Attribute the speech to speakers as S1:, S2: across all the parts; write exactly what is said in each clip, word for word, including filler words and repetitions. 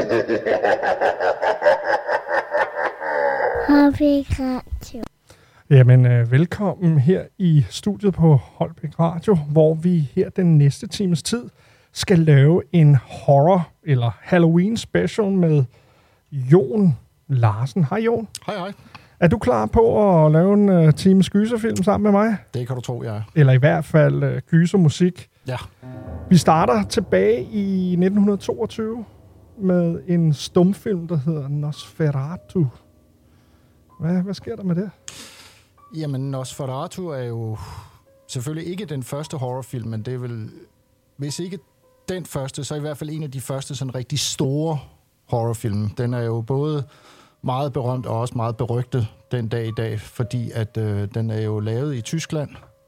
S1: Holbæk Radio.
S2: Jamen, øh, velkommen her i studiet på Holbæk Radio, hvor vi her den næste times tid skal lave en horror- eller Halloween special med Jon Larsen. Hej Jon.
S3: Hej hej.
S2: Er du klar på at lave en uh, times gyserfilm sammen med mig?
S3: Det kan du tro, jeg er.
S2: Eller i hvert fald uh, gysermusik.
S3: Ja.
S2: Vi starter tilbage i nitten toogtyve med en stumfilm, der hedder Nosferatu. Hvad, hvad sker der med det?
S3: Jamen, Nosferatu er jo selvfølgelig ikke den første horrorfilm, men det er vel, hvis ikke den første, så i hvert fald en af de første sådan rigtig store horrorfilm. Den er jo både meget berømt og også meget berygtet den dag i dag, fordi at øh, den er jo lavet i Tyskland,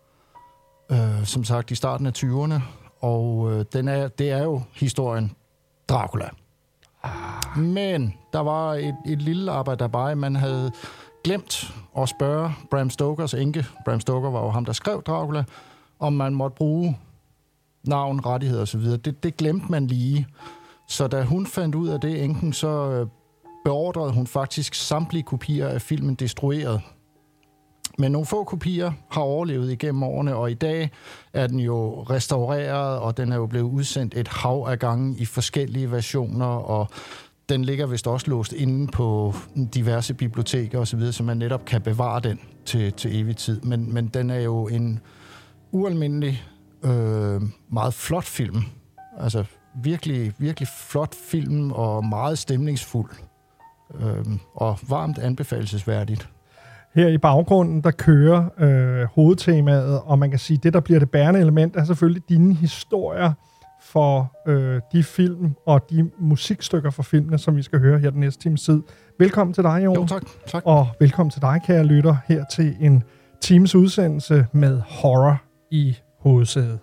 S3: øh, som sagt i starten af tyverne, og øh, den er, det er jo historien Dracula. Men der var et, et lille arbejde der bare, man havde glemt at spørge Bram Stokers enke, Bram Stoker var jo ham, der skrev Dracula, om man måtte bruge navn, rettigheder osv. Det, det glemte man lige. Så da hun fandt ud af det, enken, så beordrede hun faktisk samtlige kopier af filmen destrueret. Men nogle få kopier har overlevet igennem årene, og i dag er den jo restaureret, og den er jo blevet udsendt et hav af gange i forskellige versioner, og den ligger vist også låst inde på diverse biblioteker osv., så man netop kan bevare den til, til evig tid. Men, men den er jo en ualmindelig, øh, meget flot film. Altså virkelig, virkelig flot film og meget stemningsfuld. Øh, og varmt anbefalesværdigt.
S2: Her i baggrunden, der kører øh, hovedtemaet, og man kan sige, at det, der bliver det bærende element, er selvfølgelig dine historier for øh, de film og de musikstykker for filmene, som vi skal høre her den næste times tid. Velkommen til dig, Jon.
S3: Jo, tak. tak.
S2: Og velkommen til dig, kære lytter, her til en times udsendelse med horror i hovedsædet.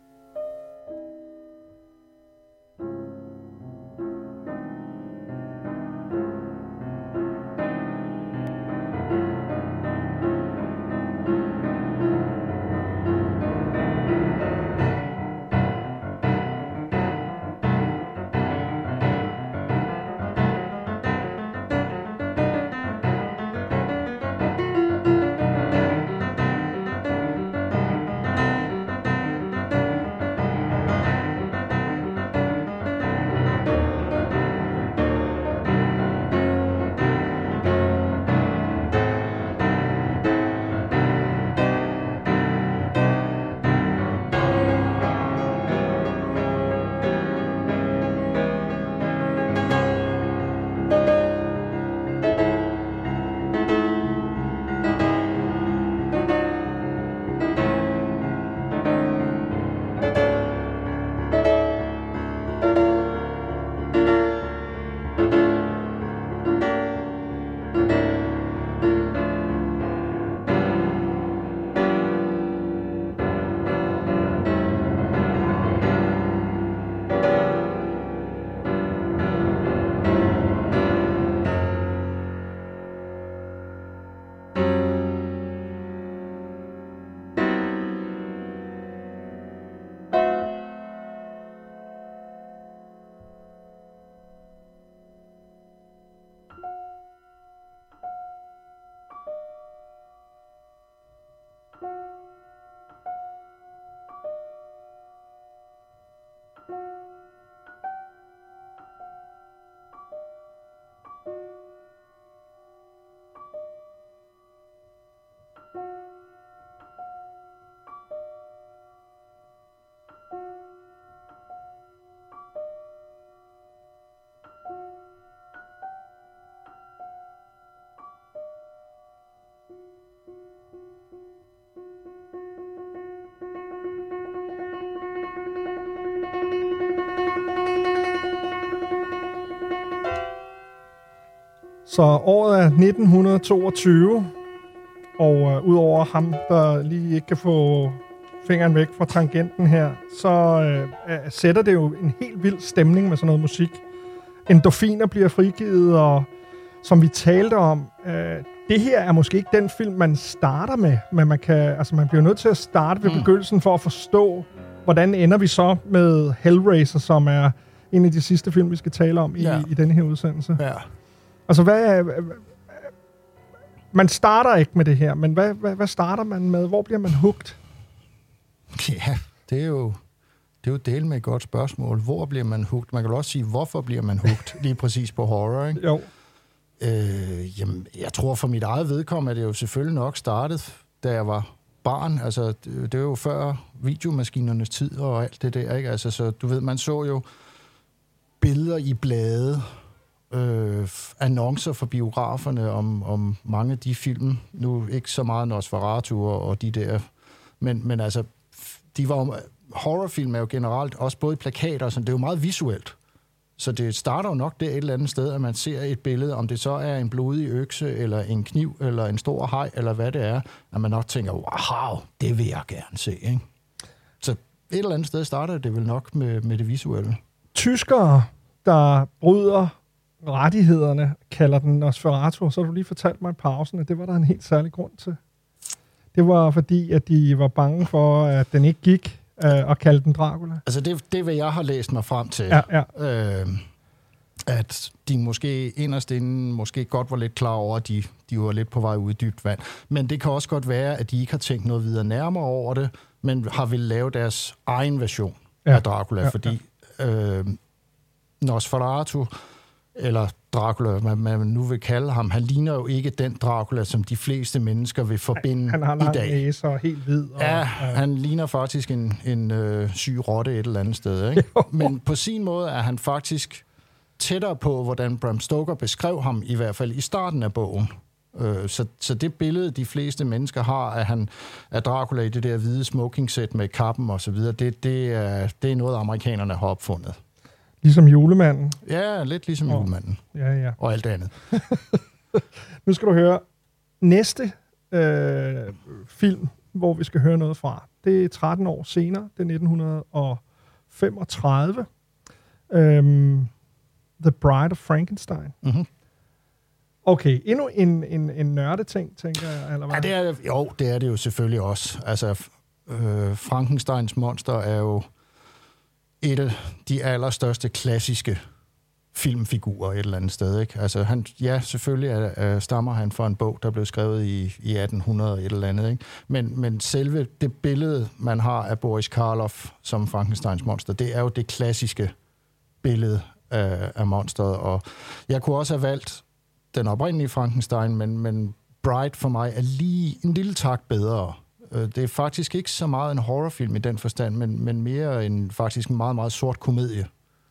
S2: Så året er nitten toogtyve, og øh, udover ham, der lige ikke kan få fingeren væk fra tangenten her, så øh, sætter det jo en helt vild stemning med sådan noget musik. Endorfiner bliver frigivet, og som vi talte om, øh, det her er måske ikke den film, man starter med, men man, kan, altså, man bliver nødt til at starte ved mm. begyndelsen for at forstå, hvordan ender vi så med Hellraiser, som er en af de sidste film, vi skal tale om i,
S3: Ja.
S2: i denne her udsendelse.
S3: Ja.
S2: Altså, hvad er... Man starter ikke med det her, men hvad, hvad, hvad starter man med? Hvor bliver man hooked?
S3: Ja, det er jo... Det er jo del med et godt spørgsmål. Hvor bliver man hooked? Man kan også sige, hvorfor bliver man hooked lige præcis på horror, ikke?
S2: Jo.
S3: Øh, jamen, jeg tror for mit eget vedkommende, at det jo selvfølgelig nok startet, da jeg var barn. Altså, det, det var jo før videomaskinernes tid og alt det der, ikke? Altså, så du ved, man så jo billeder i blade, øh, annoncer for biograferne om, om mange af de film. Nu ikke så meget Nosferatu og, og de der, men, men altså, de var jo, horrorfilm er jo generelt også både plakater, så det er jo meget visuelt. Så det starter jo nok der et eller andet sted, at man ser et billede, om det så er en blodig økse, eller en kniv, eller en stor haj, eller hvad det er, at man nok tænker, wow, det vil jeg gerne se, ikke? Så et eller andet sted starter det vel nok med, med det visuelle.
S2: Tyskere, der bryder rettighederne, kalder den Nosferatu, så har du lige fortalt mig i pausen, at det var der en helt særlig grund til. Det var fordi, at de var bange for, at den ikke gik, øh, og kaldte den Dracula.
S3: Altså det, det hvad jeg har læst mig frem til,
S2: Ja, ja.
S3: Øh, at de måske inderst inden måske godt var lidt klar over, at de, de var lidt på vej ud i dybt vand. Men det kan også godt være, at de ikke har tænkt noget videre nærmere over det, men har ville lave deres egen version
S2: Ja.
S3: af Dracula,
S2: Ja,
S3: fordi øh, Nosferatu, eller Dracula, hvad man nu vil kalde ham, han ligner jo ikke den Dracula, som de fleste mennesker vil forbinde
S2: Han har
S3: i
S2: lang
S3: dag.
S2: næse og helt hvid. Og,
S3: Ja,
S2: øh,
S3: han ligner faktisk en, en øh, syg rotte et eller andet sted, ikke? Men på sin måde er han faktisk tættere på, hvordan Bram Stoker beskrev ham, i hvert fald i starten af bogen. Øh, så, så det billede, de fleste mennesker har, at han er Dracula i det der hvide smoking-sæt med kappen og så videre, det, det, er, det er noget, amerikanerne har opfundet.
S2: Ligesom julemanden.
S3: Ja, lidt ligesom
S2: Oh.
S3: julemanden.
S2: Ja, ja.
S3: Og alt andet.
S2: Nu skal du høre næste øh, film, hvor vi skal høre noget fra. Det er tretten år senere, det er nitten femogtredive. Øhm, The Bride of Frankenstein.
S3: Mm-hmm.
S2: Okay, endnu en, en, en nørdeting, tænker jeg, eller hvad?
S3: Ja, det er, jo, det er det jo selvfølgelig også. Altså, øh, Frankensteins monster er jo et af de allerstørste klassiske filmfigurer et eller andet sted, ikke? Altså, han, ja, selvfølgelig er, er, stammer han fra en bog, der blev skrevet i, i atten hundrede et eller andet, ikke? Men, men selve det billede, man har af Boris Karloff som Frankensteins monster, det er jo det klassiske billede af, af monsteret, og jeg kunne også have valgt den oprindelige Frankenstein, men, men Bride for mig er lige en lille tak bedre. Det er faktisk ikke så meget en horrorfilm i den forstand, men, men mere en faktisk en meget, meget sort komedie.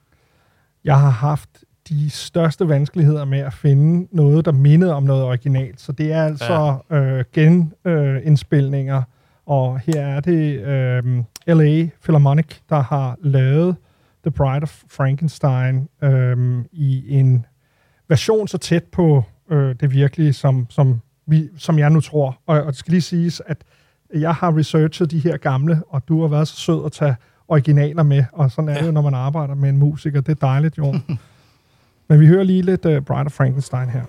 S2: Jeg har haft de største vanskeligheder med at finde noget, der mindede om noget originalt. Så det er altså ja. øh, genindspilninger, øh, og her er det øh, L A Philharmonic, der har lavet The Bride of Frankenstein øh, i en version så tæt på øh, det virkelige, som, som, vi, som jeg nu tror. Og, og det skal lige siges, at jeg har researchet de her gamle, og du har været så sød at tage originaler med, og sådan er det jo, når man arbejder med en musiker. Det er dejligt, jo. Men vi hører lige lidt uh, Bride of Frankenstein her.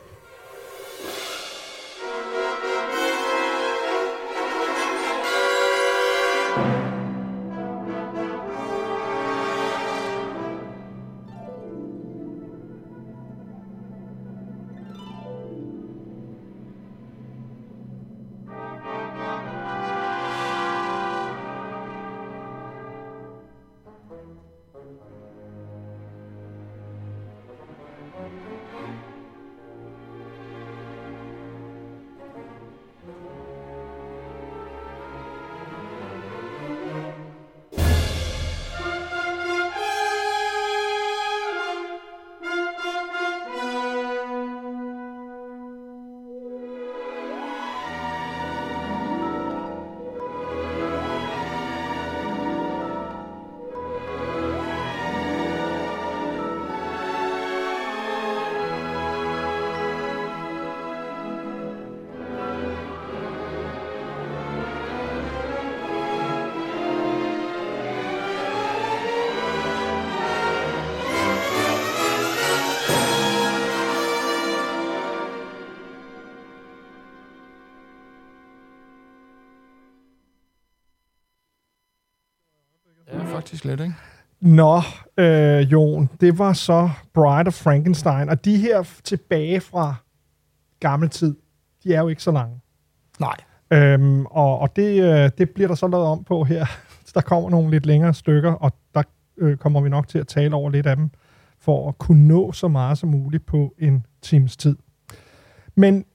S3: Ja, faktisk lidt, ikke?
S2: Nå, øh, Jon, det var så Bride of Frankenstein, og de her tilbage fra gammel tid, de er jo ikke så lange.
S3: Nej.
S2: Øhm, og og det, det bliver der så lavet om på her. Der kommer nogle lidt længere stykker, og der øh, kommer vi nok til at tale over lidt af dem, for at kunne nå så meget som muligt på en times tid. Men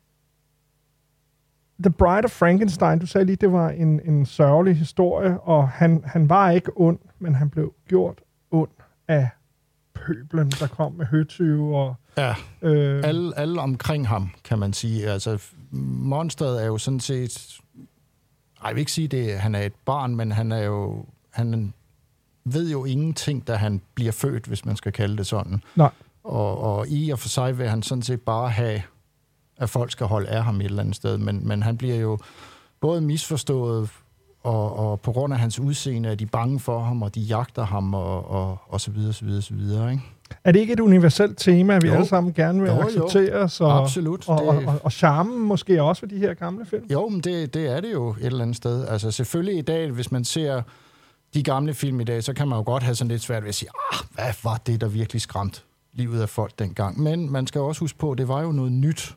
S2: The Bride of Frankenstein, du sagde lige, det var en, en sørgelig historie, og han, han var ikke ond, men han blev gjort ond af pøblen, der kom med høtyve og...
S3: Ja,
S2: øh,
S3: alle, alle omkring ham, kan man sige. Altså, monsteret er jo sådan set... Ej, jeg vil ikke sige, at han er et barn, men han er jo... Han ved jo ingenting, da han bliver født, hvis man skal kalde det sådan.
S2: Nej.
S3: Og, og i og for sig vil han sådan set bare have, at folk skal holde af ham et eller andet sted, men, men han bliver jo både misforstået, og, og på grund af hans udseende er de bange for ham, og de jagter ham, og, og, og så videre, så videre, så videre, ikke?
S2: Er det ikke et universelt tema, at vi
S3: jo.
S2: alle sammen gerne vil
S3: jo,
S2: acceptere os? Og,
S3: absolut.
S2: Og,
S3: det...
S2: og, og, og charmen måske også for de her gamle film?
S3: Jo, men det, det er det jo et eller andet sted. Altså selvfølgelig i dag, hvis man ser de gamle film i dag, så kan man jo godt have sådan lidt svært ved at sige, ah, hvad var det, der virkelig skræmte livet af folk dengang? Men man skal også huske på, at det var jo noget nyt.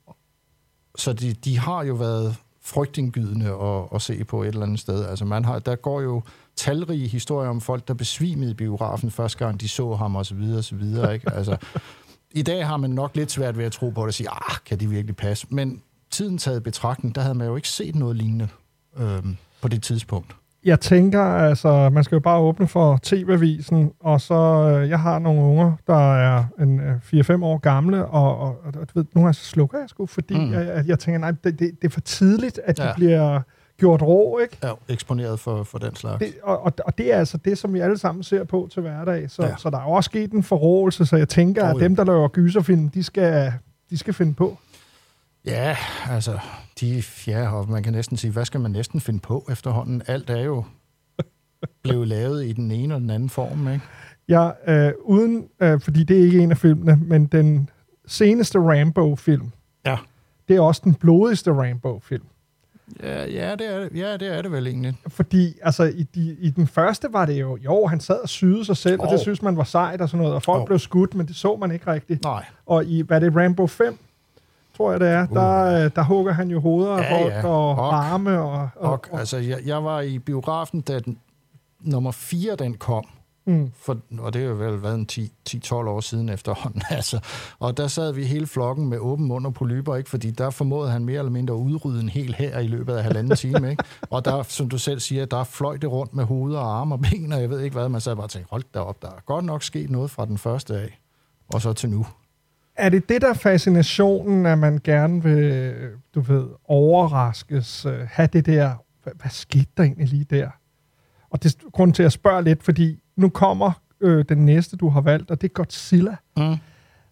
S3: Så de, de har jo været frygtindgydende at, at se på et eller andet sted. Altså man har, der går jo talrige historier om folk, der besvimede i biografen første gang, de så ham, og så videre, og så videre, ikke? Altså, i dag har man nok lidt svært ved at tro på det og sige, ah, kan de virkelig passe? Men tiden taget i betragtning, der havde man jo ikke set noget lignende øhm, på det tidspunkt.
S2: Jeg tænker, altså, man skal jo bare åbne for T V-avisen, og så, øh, jeg har nogle unger, der er en øh, fire fem år gamle, og, og, og du ved, nogle gange så slukker jeg sgu, fordi mm. jeg, jeg tænker, nej, det, det, det er for tidligt, at de ja. bliver gjort rå, ikke?
S3: Ja, eksponeret for, for den slags.
S2: Det, og, og, og det er altså det, som vi alle sammen ser på til hverdag, så,
S3: ja.
S2: så der er også sket en forrådelse, så jeg tænker, oh, at dem, der laver gyserfilm, de skal, de skal finde på.
S3: Ja, altså, de, ja, og man kan næsten sige, hvad skal man næsten finde på efterhånden? Alt er jo blevet lavet i den ene og den anden form, ikke?
S2: Ja, øh, uden, øh, fordi det er ikke en af filmene, men den seneste Rambo-film,
S3: ja.
S2: det er også den blodigste Rambo-film.
S3: Ja, ja, det er det, ja, det er det vel egentlig.
S2: Fordi, altså, i, de, i den første var det jo, jo, han sad og syede sig selv, oh. og det synes man var sejt og sådan noget, og folk oh. blev skudt, men det så man ikke rigtigt.
S3: Nej.
S2: Og i, hvad er det, Rambo fem? Tror jeg, det er. Uh. Der, der hugger han jo hoveder af
S3: ja,
S2: folk
S3: ja.
S2: og,
S3: og
S2: arme. Og, og,
S3: og, og, altså, jeg, jeg var i biografen, da den, nummer fire den kom. Mm. For, og det er jo vel været en ti til tolv år siden efterhånden. Altså. Og der sad vi hele flokken med åben mund og polypper, ikke? Fordi der formåede han mere eller mindre at udrydde en hel hær i løbet af halvanden time. Ikke? Og der, som du selv siger, der fløj det rundt med hoveder og arme og ben, og jeg ved ikke hvad. Man sad bare og tænkte, hold da op, der er godt nok sket noget fra den første af, og så til nu.
S2: Er det det, der er fascinationen, at man gerne vil, du ved, overraskes, uh, have det der, hvad, hvad skete der egentlig lige der? Og det er grund til at spørge lidt, fordi nu kommer øh, den næste, du har valgt, og det er Godzilla. Mm. Øh,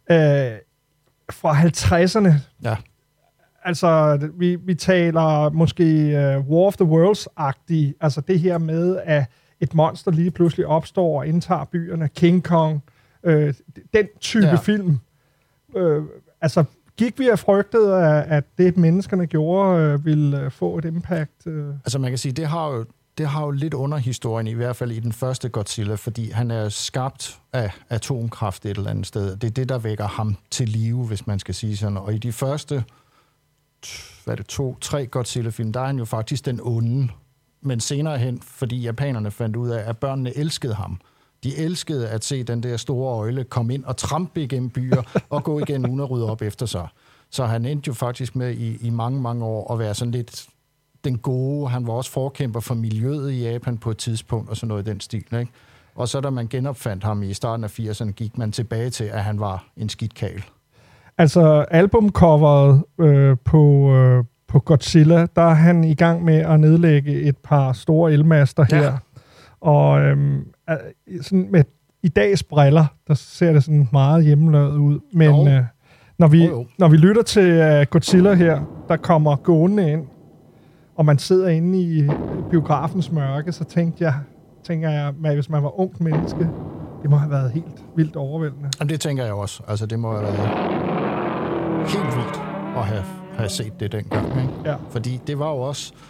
S2: fra halvtredserne.
S3: Ja.
S2: Altså, vi, vi taler måske uh, War of the Worlds-agtigt. Altså det her med, at et monster lige pludselig opstår og indtager byerne. King Kong. Øh, den type ja. film. Øh, altså, gik vi af frygtet, at det, menneskerne gjorde, øh, ville få et impact? Øh?
S3: Altså, man kan sige, det har jo Det har jo lidt underhistorien, i hvert fald i den første Godzilla, fordi han er skabt af atomkraft et eller andet sted. Det er det, der vækker ham til live, hvis man skal sige sådan. Og i de første hvad er det, to, tre Godzilla-film, der er han jo faktisk den onde. Men senere hen, fordi japanerne fandt ud af, at børnene elskede ham. De elskede at se den der store øgle komme ind og trampe igennem byer og gå igen uden at rydde op efter sig. Så han endte jo faktisk med i, i mange, mange år at være sådan lidt den gode. Han var også forkæmper for miljøet i Japan på et tidspunkt, og sådan noget i den stil, ikke? Og så da man genopfandt ham i starten af firserne, gik man tilbage til, at han var en skidtkagel.
S2: Altså albumcoveret øh, på, øh, på Godzilla, der er han i gang med at nedlægge et par store elmaster her. Ja. Og øh, sådan med i dags briller, der ser det sådan meget hjemmelavet ud. Men øh, når, vi, oh, når vi lytter til uh, Godzilla her, der kommer gående ind, og man sidder inde i biografens mørke, så tænkte jeg, tænker jeg, at hvis man var ungt menneske, det må have været helt vildt overvældende.
S3: Jamen, det tænker jeg også. Altså, det må have været helt vildt at have, have set det dengang. Ikke?
S2: Ja.
S3: Fordi det var jo også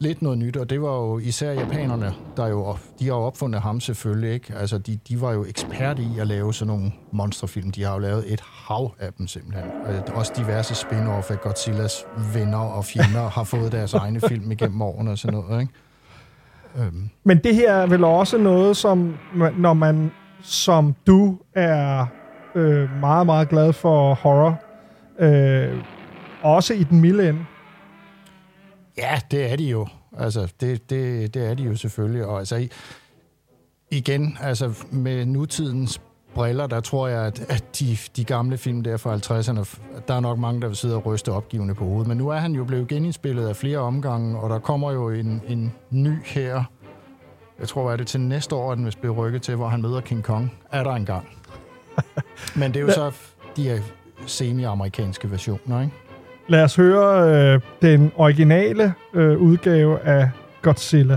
S3: lidt noget nyt, og det var jo især japanerne, der jo, de har jo opfundet ham selvfølgelig, ikke? Altså, de, de var jo ekspert i at lave sådan nogle monsterfilm. De har jo lavet et hav af dem simpelthen. Også diverse spin-off af Godzillas venner og fjender har fået deres egne film igennem årene og sådan noget, ikke? Øhm.
S2: Men det her er vel også noget, som når man som du er øh, meget, meget glad for horror, øh, også i den milde ende.
S3: Ja, det er de jo. Altså, det, det, det er de jo selvfølgelig. Og altså, igen, altså med nutidens briller, der tror jeg, at, at de, de gamle film der fra halvtredserne, der er nok mange, der vil sidde og ryste opgivende på hovedet. Men nu er han jo blevet genindspillet af flere omgange, og der kommer jo en, en ny her. Jeg tror, at det til næste år, at den vil blive rykket til, hvor han møder King Kong. Er der engang. Men det er jo så de her semi-amerikanske versioner, ikke?
S2: Lad os høre øh, den originale øh, udgave af Godzilla.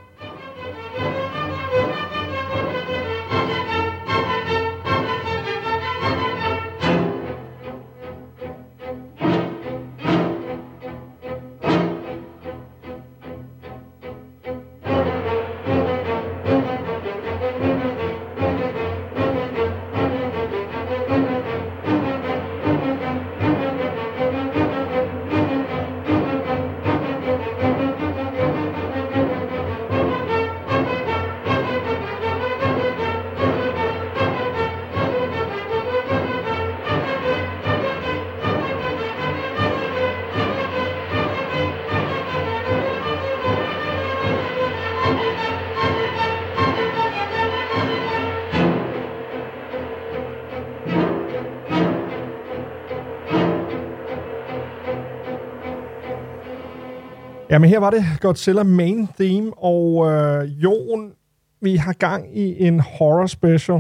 S2: Jamen her var det Godzilla main theme, og øh, Jon, vi har gang i en horror special,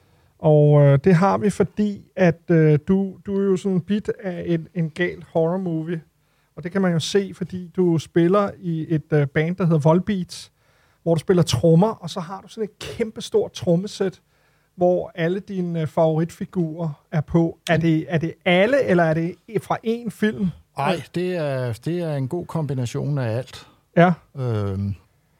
S2: og øh, det har vi, fordi at øh, du, du er jo sådan en bit af en, en gal horror movie, og det kan man jo se, fordi du spiller i et øh, band, der hedder Volbeats, hvor du spiller trommer, og så har du sådan et kæmpestort trommesæt, hvor alle dine øh, favoritfigurer er på. Er det, er det alle, eller er det fra én film?
S3: Nej, det er, det er en god kombination af alt.
S2: Ja.
S3: Øhm,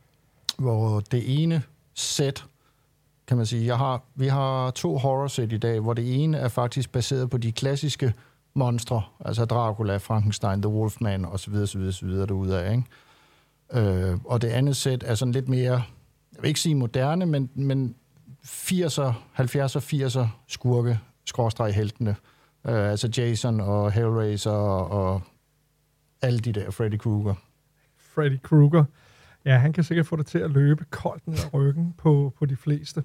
S3: hvor det ene sæt, kan man sige, jeg har, vi har to horror-sæt i dag, hvor det ene er faktisk baseret på de klassiske monstre, altså Dracula, Frankenstein, The Wolfman osv. osv. osv. derudaf, ikke? Øh, og det andet sæt er sådan lidt mere, jeg vil ikke sige moderne, men, men firser, halvfjerdser, firser skurke, skråstreg heltene. Uh, altså Jason og Hellraiser og, og alle de der, Freddy Krueger.
S2: Freddy Krueger. Ja, han kan sikkert få det til at løbe koldt ned ad ryggen på, på de fleste.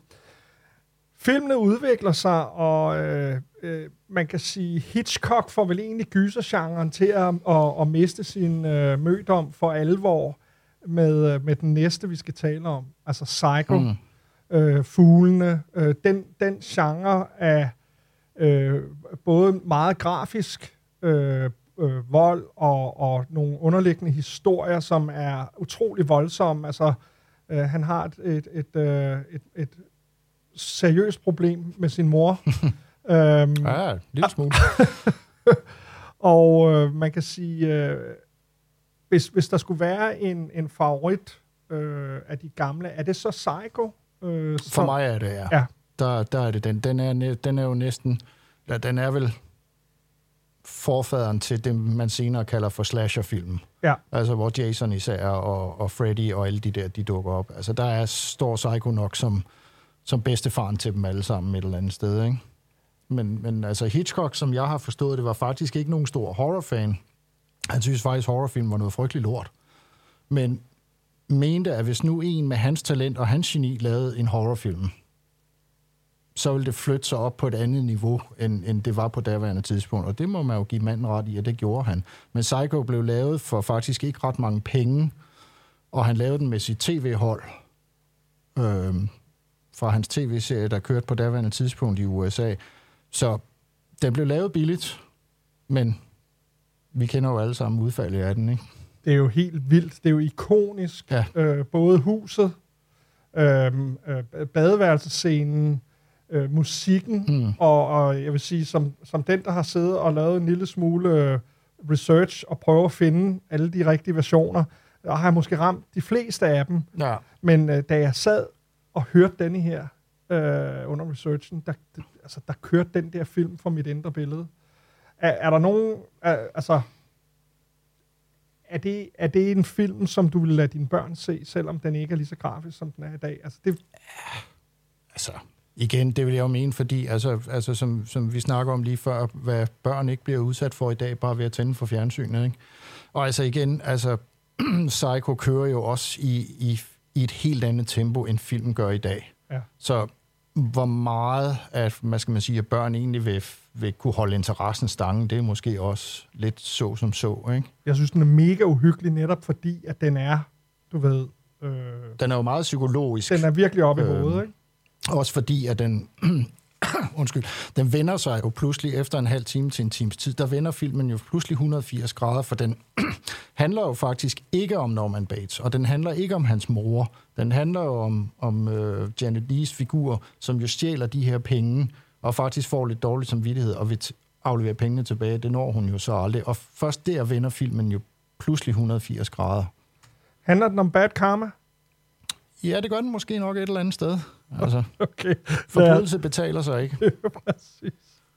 S2: Filmene udvikler sig, og øh, øh, man kan sige, Hitchcock får vel egentlig gysergenren til at, at, at miste sin øh, mødom for alvor med, med den næste, vi skal tale om. Altså Psycho, mm. øh, Fuglene. Øh, den, den genre af Øh, både meget grafisk øh, øh, vold og, og nogle underliggende historier, som er utrolig voldsomme. Altså, øh, han har et, et, et, øh, et, et seriøst problem med sin mor. øhm,
S3: ja, en lille smule.
S2: og øh, man kan sige, øh, hvis, hvis der skulle være en, en favorit øh, af de gamle, er det så Psycho? Øh,
S3: For mig er det, ja.
S2: ja.
S3: Der, der er det den. Den er, den er jo næsten... Ja, den er vel forfaderen til det, man senere kalder for slasherfilmen.
S2: Ja.
S3: Altså, hvor Jason især og, og Freddy og alle de der, de dukker op. Altså, der er, står Psycho nok som, som bedstefaren til dem alle sammen et eller andet sted, ikke? Men, men altså, Hitchcock, som jeg har forstået, det var faktisk ikke nogen stor horrorfan. Han synes faktisk, horrorfilm var noget frygteligt lort. Men mente, at hvis nu en med hans talent og hans geni lavede en horrorfilm, så ville det flytte sig op på et andet niveau, end, end det var på daværende tidspunkt. Og det må man jo give manden ret i, at det gjorde han. Men Psycho blev lavet for faktisk ikke ret mange penge, og han lavede den med sit tv-hold øh, fra hans tv-serie, der kørte på daværende tidspunkt i U S A. Så den blev lavet billigt, men vi kender jo alle sammen udfaldet af den, ikke?
S2: Det er jo helt vildt. Det er jo ikonisk.
S3: Ja.
S2: Øh, både huset, øh, øh, badeværelsescenen, øh, musikken, mm. og, og jeg vil sige, som, som den, der har siddet og lavet en lille smule øh, research og prøve at finde alle de rigtige versioner, og har jeg måske ramt de fleste af dem.
S3: Ja.
S2: Men øh, da jeg sad og hørte denne her øh, under researchen, der, det, altså, der kørte den der film fra mit indre billede. Er, er der nogen... Er, altså... Er det, er det en film, som du vil lade dine børn se, selvom den ikke er lige så grafisk, som den er i dag? Altså, det...
S3: altså igen, det vil jeg jo mene, fordi altså, altså, som, som vi snakker om lige før, hvad børn ikke bliver udsat for i dag, bare ved at tænde for fjernsynet. Ikke? Og altså igen, altså, Psycho kører jo også i, i, i et helt andet tempo, end filmen gør i dag.
S2: Ja.
S3: Så hvor meget at, hvad skal man sige, at børn egentlig vil, vil kunne holde interessen stangen, det er måske også lidt så som så, ikke?
S2: Jeg synes, den er mega uhyggelig, netop fordi, at den er, du ved... Øh,
S3: den er jo meget psykologisk.
S2: Den er virkelig oppe i
S3: øh,
S2: hovedet, ikke?
S3: Også fordi, at den... undskyld, den vender sig jo pludselig efter en halv time til en times tid. Der vender filmen jo pludselig et hundrede og firs grader, for den handler jo faktisk ikke om Norman Bates, og den handler ikke om hans mor. Den handler jo om, om uh, Janet Leigh's figur, som jo stjæler de her penge, og faktisk får lidt dårlig samvittighed, og vil t- aflevere pengene tilbage. Det når hun jo så aldrig. Og først der vender filmen jo pludselig et hundrede og firs grader.
S2: Handler den om bad karma?
S3: Ja, det gør den måske nok et eller andet sted. Altså,
S2: okay.
S3: Forbrydelse betaler sig ikke.
S2: Præcis.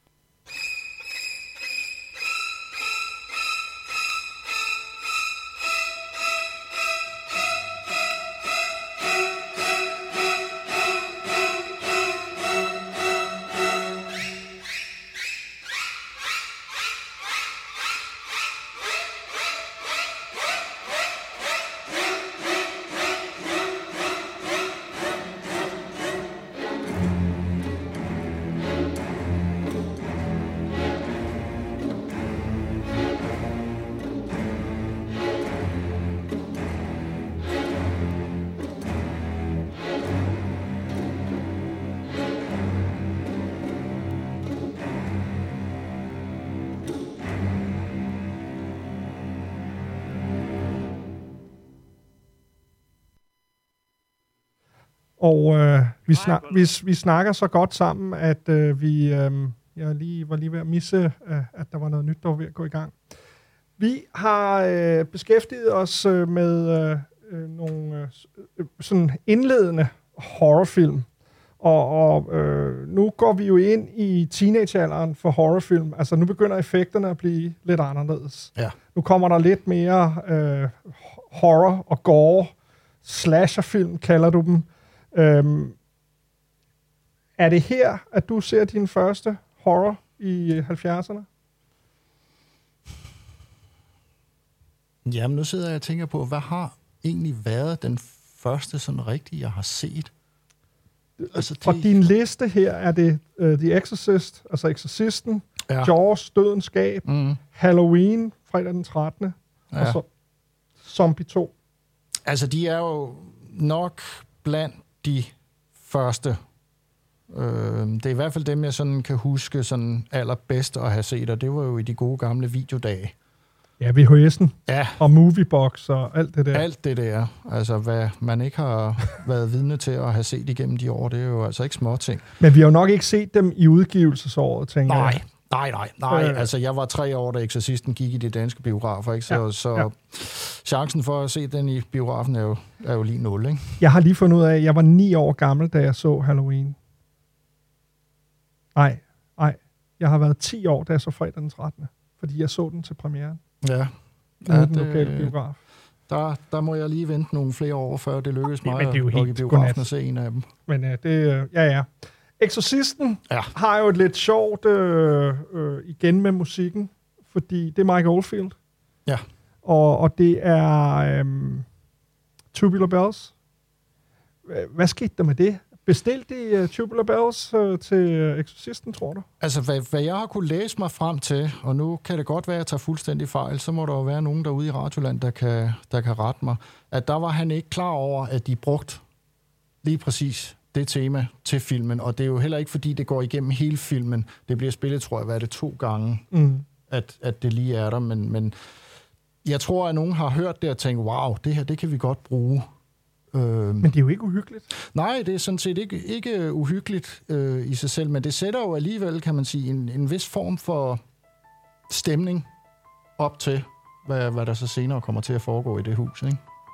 S2: Og øh, vi, snak, vi, vi snakker så godt sammen, at øh, vi øh, jeg lige, var lige ved at misse, øh, at der var noget nyt, der var ved at gå i gang. Vi har øh, beskæftiget os øh, med øh, nogle øh, sådan indledende horrorfilm. Og, og øh, nu går vi jo ind i teenagealderen for horrorfilm. Altså nu begynder effekterne at blive lidt anderledes.
S3: Ja.
S2: Nu kommer der lidt mere øh, horror og gore. Slasherfilm kalder du dem. Øhm, er det her, at du ser din første horror i halvfjerdserne?
S3: Jamen, nu sidder jeg og tænker på, hvad har egentlig været den første sådan rigtige, jeg har set?
S2: Altså, det... Fra din liste her er det uh, The Exorcist, altså Exorcisten, ja. Jaws, Dødens Skab, mm. Halloween, fredag den trettende, ja. Og så Zombie to.
S3: Altså, de er jo nok blandt de første. Øh, det er i hvert fald dem, jeg sådan kan huske sådan allerbedst at have set, og det var jo i de gode gamle videodage.
S2: Ja, V H S'en.
S3: Ja.
S2: Og Moviebox og alt det der.
S3: Alt det der. Altså, hvad man ikke har været vidne til at have set igennem de år, det er jo altså ikke små ting.
S2: Men vi har jo nok ikke set dem i udgivelsesåret, tænker
S3: nej,
S2: jeg.
S3: Nej, nej, nej. Øh. Altså, jeg var tre år, da Exorcisten gik i de danske biografer, ikke? Så, ja. så ja. chancen for at se den i biografen er jo, er jo lige nul, ikke?
S2: Jeg har lige fundet ud af, at jeg var ni år gammel, da jeg så Halloween. Nej, nej. Jeg har været ti år, da jeg så fredag den trettende. Fordi jeg så den til premieren.
S3: Ja.
S2: Ja, den lokale biograf.
S3: Der, der må jeg lige vente nogle flere år, før det lykkes mig
S2: at
S3: lukke i biografen og se en af dem.
S2: Men uh, det, uh, ja, ja. Exorcisten
S3: ja.
S2: har jo et lidt sjovt øh, øh, igen med musikken, fordi det er Mike Oldfield.
S3: Ja.
S2: Og, og det er øh, Tubular Bells. Hvad skete der med det? Bestilte de uh, Tubular Bells uh, til uh, Exorcisten, tror du?
S3: Altså, hvad, hvad jeg har kunne læse mig frem til, og nu kan det godt være, at jeg tager fuldstændig fejl, så må der jo være nogen derude i Radioland, der kan, der kan rette mig, at der var han ikke klar over, at de brugte lige præcis det tema til filmen, og det er jo heller ikke, fordi det går igennem hele filmen. Det bliver spillet, tror jeg, hvad er det, to gange, mm. at, at det lige er der, men, men jeg tror, at nogen har hørt det og tænkt, wow, det her, det kan vi godt bruge.
S2: Men det er jo ikke uhyggeligt.
S3: Nej, det er sådan set ikke, ikke uhyggeligt øh, i sig selv, men det sætter jo alligevel, kan man sige, en, en vis form for stemning op til, hvad, hvad der så senere kommer til at foregå i det hus, ikke?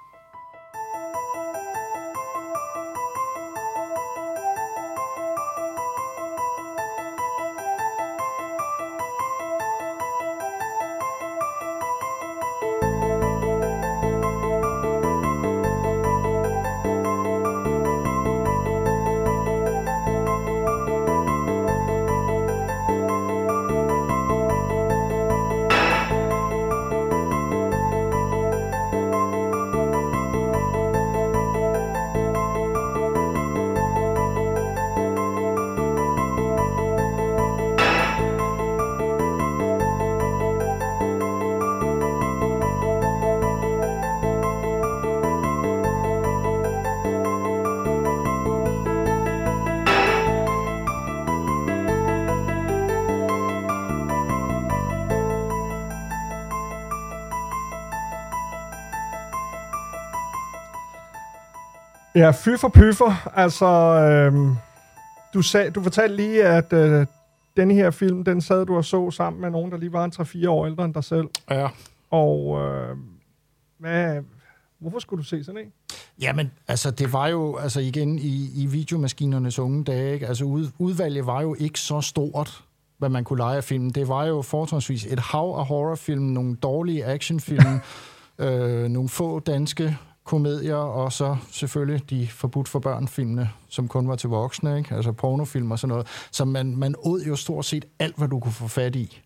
S2: Ja, fy for pyffer. Altså, øhm, du, sag, du fortalte lige, at øh, denne her film, den sad du og så sammen med nogen, der lige var en tre fire år ældre end dig selv.
S3: Ja.
S2: Og øh, hvad, hvorfor skulle du se sådan en?
S3: Jamen, altså, det var jo, altså igen, i, i videomaskinernes unge dage, ikke? Altså, ud, udvalget var jo ikke så stort, hvad man kunne lege af filmen. Det var jo fortrinsvis et hav af horrorfilm, nogle dårlige actionfilm, øh, nogle få danske komedier, og så selvfølgelig de forbudt for børn-filmene, som kun var til voksne, ikke? Altså pornofilm og sådan noget. Så man, man åd jo stort set alt, hvad du kunne få fat i.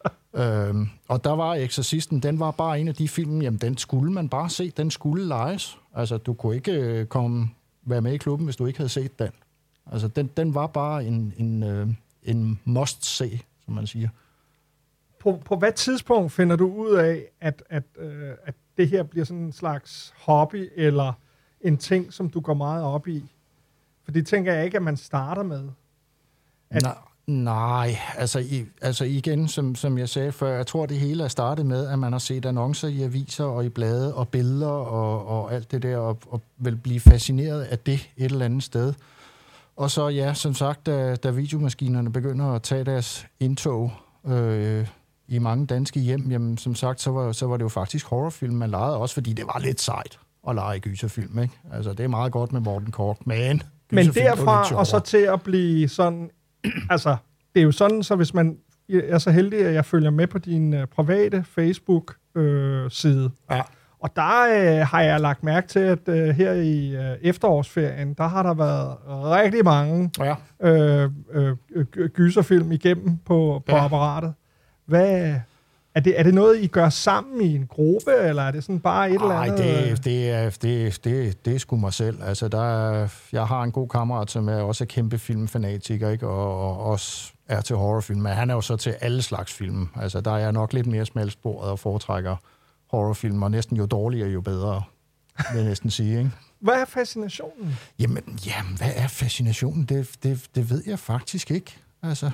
S3: øhm, og der var Exorcisten, den var bare en af de film, jamen den skulle man bare se, den skulle lejes. Altså du kunne ikke øh, komme, være med i klubben, hvis du ikke havde set den. Altså den, den var bare en, en, øh, en must-se, som man siger.
S2: På, på hvad tidspunkt finder du ud af, at, at, øh, at det her bliver sådan en slags hobby, eller en ting, som du går meget op i? For det tænker jeg ikke, at man starter med. At
S3: Nej, nej, altså, i, altså igen, som, som jeg sagde før, jeg tror, det hele er startet med, at man har set annoncer i aviser og i blade og billeder og, og alt det der, og, og vil blive fascineret af det et eller andet sted. Og så ja, som sagt, da, da videomaskinerne begynder at tage deres indtog øh, i mange danske hjem, jamen som sagt, så var, så var det jo faktisk horrorfilm, man legede også, fordi det var lidt sejt at lege gyserfilm, ikke? Altså, det er meget godt med Morten Korch, men...
S2: Men derfra og så til at blive sådan... altså, det er jo sådan, så hvis man er så heldig, at jeg følger med på din uh, private Facebook-side, øh,
S3: ja.
S2: og der øh, har jeg lagt mærke til, at øh, her i øh, efterårsferien, der har der været rigtig mange
S3: ja.
S2: øh, øh, gyserfilm igennem på, på ja. apparatet. Hvad... Er det, er det noget, I gør sammen i en gruppe, eller er det sådan bare et Ej, eller andet?
S3: Nej, det, det, er, det, det, det er sgu mig selv. Altså, der er, jeg har en god kammerat, som er også er kæmpe filmfanatiker, ikke? Og, og også er til horrorfilm. Men han er jo så til alle slags film. Altså, der er nok lidt mere smalsporet og foretrækker horrorfilm, og næsten jo dårligere, jo bedre, vil jeg næsten sige, ikke?
S2: Hvad er fascinationen?
S3: Jamen, jamen hvad er fascinationen? Det, det, det ved jeg faktisk ikke, altså...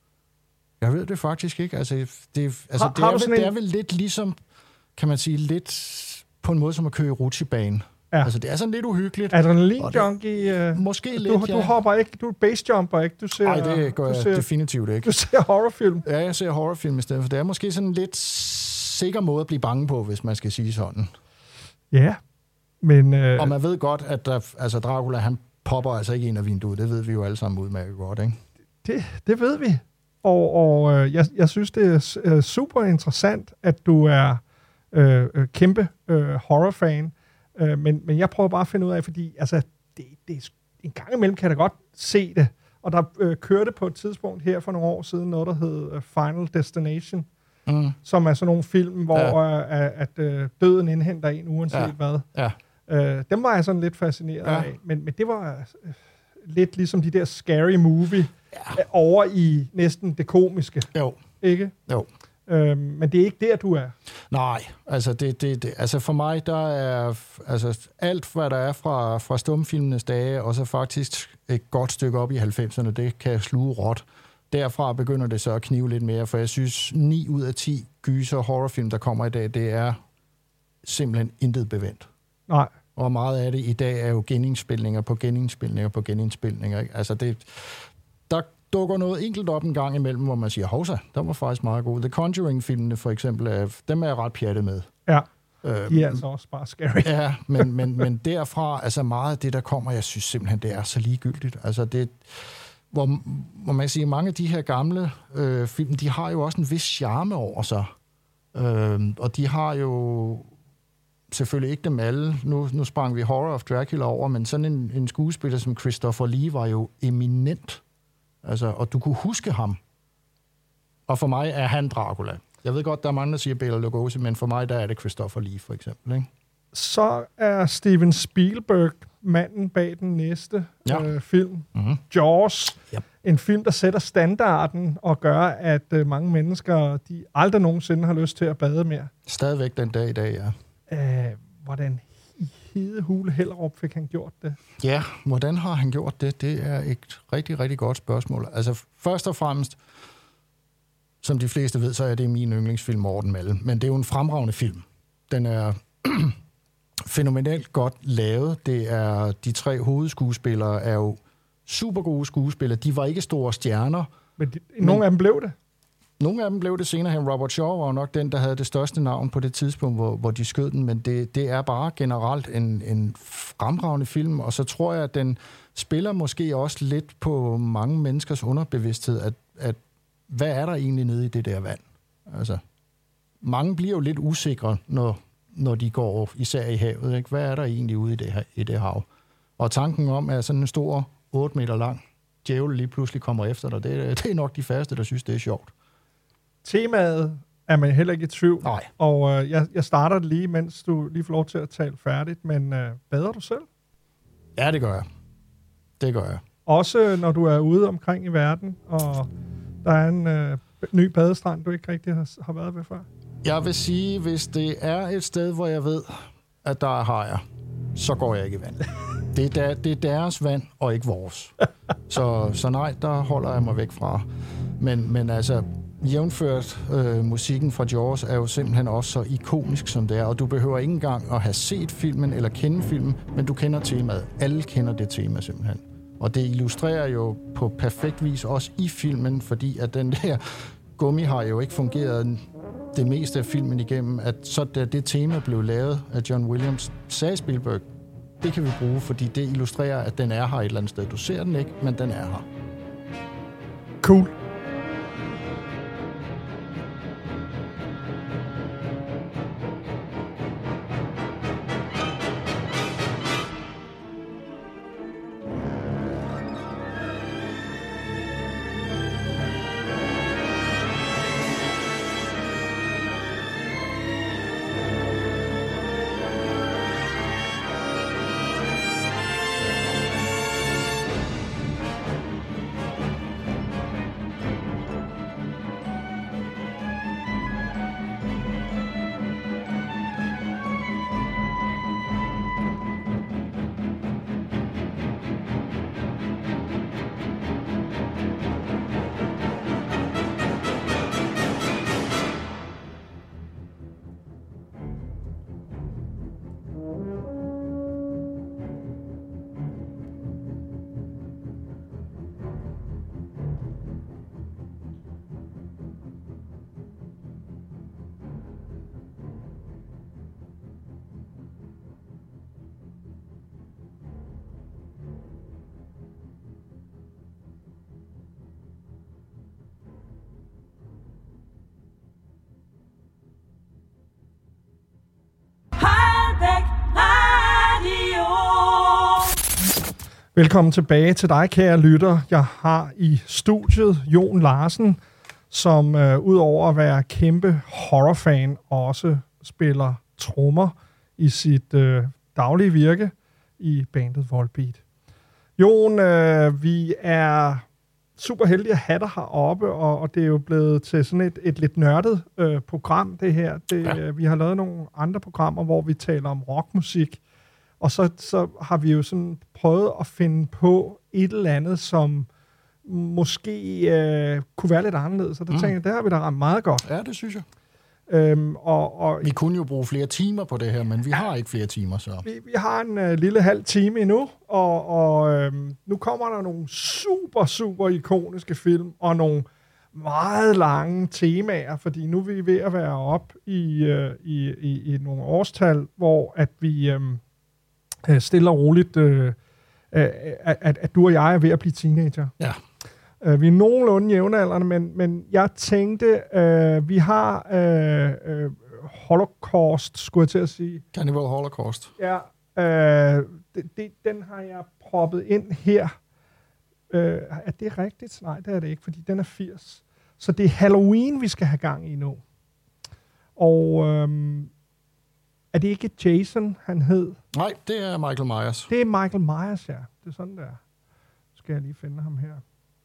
S3: Jeg ved det faktisk ikke. Altså, det, altså,
S2: har,
S3: det, er,
S2: vel,
S3: det er vel lidt ligesom, kan man sige, lidt på en måde som at køre i rutsjebane. Ja. Altså, det er sådan lidt uhyggeligt.
S2: Adrenalin-junkie? Uh,
S3: måske
S2: du,
S3: lidt,
S2: du,
S3: ja.
S2: Du hopper ikke, du basejumper ikke? Du ser,
S3: Nej, det gør jeg
S2: ser,
S3: definitivt ikke.
S2: Du ser horrorfilm?
S3: Ja, jeg ser horrorfilm i stedet for. Det er måske sådan en lidt sikker måde at blive bange på, hvis man skal sige sådan.
S2: Ja, men... Uh,
S3: Og man ved godt, at der, altså, Dracula, han popper altså ikke ind af vinduet. Det ved vi jo alle sammen udmærket godt, ikke?
S2: Det, det ved vi. Og, og øh, jeg, jeg synes, det er øh, super interessant, at du er øh, øh, kæmpe øh, horrorfan. Øh, men, men jeg prøver bare at finde ud af, fordi altså, det, det er, en gang imellem kan jeg da godt se det. Og der øh, kørte på et tidspunkt her for nogle år siden noget, der hed uh, Final Destination, mm. som er sådan nogle film, hvor ja. øh, at øh, døden indhenter en uanset ja. hvad. Ja. Øh, dem var jeg sådan lidt fascineret ja. af. Men, men det var øh, lidt ligesom de der scary movie, ja. over i næsten det komiske.
S3: Jo.
S2: Ikke?
S3: Jo.
S2: Øhm, men det er ikke der, du er.
S3: Nej, altså, det, det, det, altså for mig, der er altså alt, hvad der er fra, fra stumfilmenes dage, og så faktisk et godt stykke op i halvfemserne, det kan sluge råt. Derfra begynder det så at knive lidt mere, for jeg synes, ni ud af ti gyser horrorfilm, der kommer i dag, det er simpelthen intet bevendt.
S2: Nej.
S3: Og meget af det i dag er jo genindspilninger på genindspilninger på genindspilninger. Ikke? Altså det... Der dukker noget enkelt op en gang imellem, hvor man siger, hovsa, der var faktisk meget god. The Conjuring-filmene for eksempel, er, dem er jeg ret pjattet med.
S2: Ja, øhm, de er altså også bare scary.
S3: Ja, men, men, men derfra, altså meget af det, der kommer, jeg synes simpelthen, det er så ligegyldigt. Altså det, hvor, hvor man siger, mange af de her gamle øh, film, de har jo også en vis charme over sig. Øh, og de har jo selvfølgelig ikke dem alle. Nu, nu sprang vi Horror of Dracula over, men sådan en, en skuespiller som Christopher Lee var jo eminent. Altså, og du kunne huske ham. Og for mig er han Dracula. Jeg ved godt, der er mange, der siger Bela Lugosi, men for mig, der er det Christopher Lee, for eksempel. Ikke?
S2: Så er Steven Spielberg manden bag den næste ja. øh, film. Mm-hmm. Jaws. Yep. En film, der sætter standarden og gør, at øh, mange mennesker, de aldrig nogensinde har lyst til at bade mere.
S3: Stadigvæk den dag i dag,
S2: ja. Øh, hvordan i hedehule Hellerup fik han gjort det?
S3: Ja, hvordan har han gjort det? Det er et rigtig, rigtig godt spørgsmål. Altså, først og fremmest, som de fleste ved, så er det min yndlingsfilm, Morten Malle. Men det er jo en fremragende film. Den er fænomenalt godt lavet. Det er, de tre hovedskuespillere er jo super gode skuespillere. De var ikke store stjerner.
S2: Men, de, men nogle af dem blev det.
S3: Nogle af dem blev det senere hen. Robert Shaw var jo nok den, der havde det største navn på det tidspunkt, hvor, hvor de skød den, men det, det er bare generelt en, en fremragende film, og så tror jeg, at den spiller måske også lidt på mange menneskers underbevidsthed, at, at hvad er der egentlig nede i det der vand? Altså, mange bliver jo lidt usikre, når, når de går især i havet. Ikke? Hvad er der egentlig ude i det, i det hav? Og tanken om, at sådan en stor, otte meter lang djævel lige pludselig kommer efter dig, det, det er nok de færreste, der synes, det er sjovt.
S2: Temaet er man heller ikke i tvivl.
S3: Nej.
S2: Og øh, jeg, jeg starter det lige, mens du lige får lov til at tale færdigt, men øh, bader du selv?
S3: Ja, det gør jeg. Det gør jeg.
S2: Også når du er ude omkring i verden, og der er en øh, ny badestrand, du ikke rigtig har, har været ved før?
S3: Jeg vil sige, hvis det er et sted, hvor jeg ved, at der er hajer, så går jeg ikke i vand. Det er, der, det er deres vand, og ikke vores. Så, så nej, der holder jeg mig væk fra. Men, men altså, jævnført øh, musikken fra Jaws er jo simpelthen også så ikonisk, som det er. Og du behøver ikke engang at have set filmen eller kende filmen, men du kender temaet. Alle kender det tema simpelthen. Og det illustrerer jo på perfekt vis også i filmen, fordi at den der gummi har jo ikke fungeret det meste af filmen igennem, at så da det tema blev lavet af John Williams, sagde Spielberg, det kan vi bruge, fordi det illustrerer, at den er her et eller andet sted. Du ser den ikke, men den er her.
S2: Cool. Velkommen tilbage til dig, kære lytter. Jeg har i studiet Jon Larsen, som øh, udover at være kæmpe horrorfan, også spiller trommer i sit øh, daglige virke i bandet Volbeat. Jon, øh, vi er super heldige at have dig heroppe, og, og det er jo blevet til sådan et, et lidt nørdet øh, program, det her. Det, ja. øh, vi har lavet nogle andre programmer, hvor vi taler om rockmusik, og så, så har vi jo sådan prøvet at finde på et eller andet, som måske øh, kunne være lidt anderledes. Så der mm. tænker jeg, der har vi da ramt meget godt.
S3: Ja, det synes jeg.
S2: Øhm, og, og,
S3: vi kunne jo bruge flere timer på det her, men vi ja, har ikke flere timer. Så.
S2: Vi, vi har en øh, lille halv time endnu, og, og øh, nu kommer der nogle super, super ikoniske film, og nogle meget lange temaer, fordi nu er vi ved at være op i, øh, i, i, i nogle årstal, hvor at vi øh, stille og roligt, øh, at, at, at du og jeg er ved at blive teenager.
S3: Ja.
S2: Uh, vi er nogenlunde jævnaldrende, men, men jeg tænkte, uh, vi har uh, uh, Holocaust, skulle jeg til at sige.
S3: Cannibal Holocaust.
S2: Ja, uh, det, det, den har jeg proppet ind her. Uh, er det rigtigt? Nej, det er det ikke, fordi den er firs. Så det er Halloween, vi skal have gang i nu. Og um, er det ikke Jason, han hed?
S3: Nej, det er Michael Myers.
S2: Det er Michael Myers, ja. Det er sådan, der. Skal jeg lige finde ham her.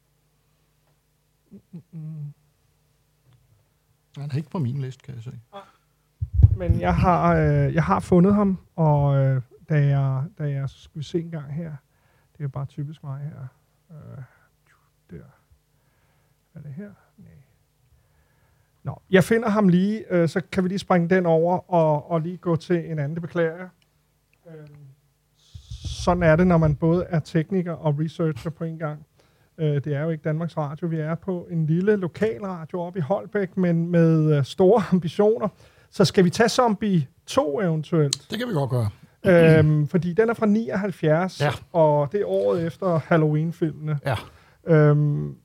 S2: Mm-mm.
S3: Han er ikke på min liste, kan jeg se.
S2: Men jeg har, øh, jeg har fundet ham, og øh, da, jeg, da jeg skal vi se en gang her, det er bare typisk mig her. Øh, der. Er det her? Nej. Nå, jeg finder ham lige, øh, så kan vi lige springe den over, og, og lige gå til en anden, det beklager jeg. Sådan er det, når man både er tekniker og researcher på en gang. Det er jo ikke Danmarks Radio. Vi er på en lille lokalradio oppe i Holbæk, men med store ambitioner. Så skal vi tage Zombie to eventuelt?
S3: Det kan vi godt gøre.
S2: Øhm, fordi den er fra nioghalvfjerds,
S3: ja.
S2: Og det er året efter Halloween-filmene.
S3: Ja.
S2: Øhm,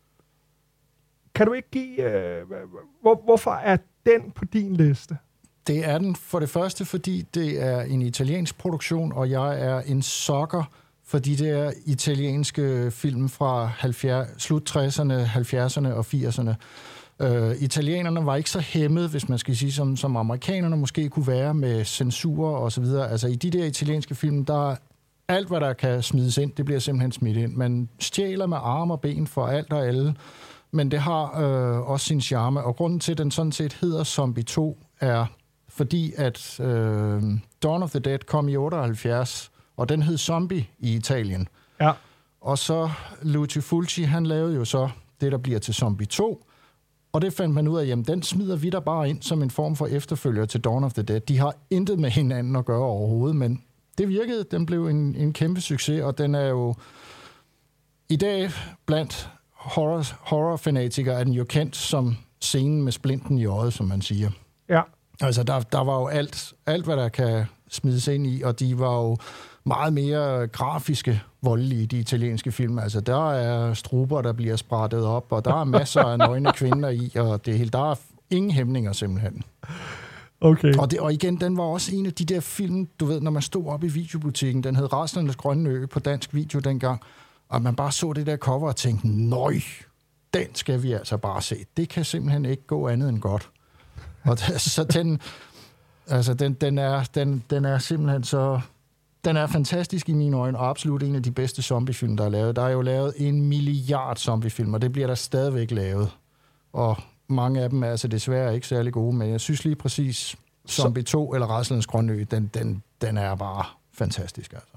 S2: kan du ikke give... Øh, hvor, hvorfor er den på din liste?
S3: Det er den for det første, fordi det er en italiensk produktion, og jeg er en sokker for de der italienske film fra halvfjerds, slut tresserne, halvfjerdserne og firserne. Uh, italienerne var ikke så hæmmet, hvis man skal sige, som, som amerikanerne måske kunne være med censur og så videre. Altså i de der italienske film, der alt, hvad der kan smides ind, det bliver simpelthen smidt ind. Man stjæler med arme og ben for alt og alle, men det har uh, også sin charme. Og grunden til, at den sådan set hedder Zombie to, er fordi, at uh, Dawn of the Dead kom i otteoghalvfjerds, og den hed Zombie i Italien.
S2: Ja.
S3: Og så Lucio Fulci, han lavede jo så det, der bliver til Zombie to, og det fandt man ud af, jamen den smider vi der bare ind som en form for efterfølger til Dawn of the Dead. De har intet med hinanden at gøre overhovedet, men det virkede. Den blev en, en kæmpe succes, og den er jo i dag blandt horror, horror-fanatikere er den jo kendt som scenen med splinten i øjet, som man siger.
S2: Ja.
S3: Altså der, der var jo alt, alt, hvad der kan smides ind i, og de var jo meget mere grafiske voldelige, de italienske film. Altså, der er struber, der bliver sprættet op, og der er masser af nøgne kvinder i, og det hele, der er ingen hæmninger simpelthen.
S2: Okay.
S3: Og, det, og igen, den var også en af de der film, du ved, når man stod op i videobutikken, den hed Raslernes Grønne Ø på dansk video dengang, og man bare så det der cover og tænkte, nøj, den skal vi altså bare se. Det kan simpelthen ikke gå andet end godt. Og det, så den, altså, den, den, er, den, den er simpelthen så... Den er fantastisk i mine øjne, og absolut en af de bedste zombiefilm, der er lavet. Der er jo lavet en milliard zombiefilm, og det bliver der stadigvæk lavet. Og mange af dem er altså desværre ikke særlig gode, men jeg synes lige præcis, Zombie to eller Raslernes Grønne Ø, den, den, den er bare fantastisk, altså.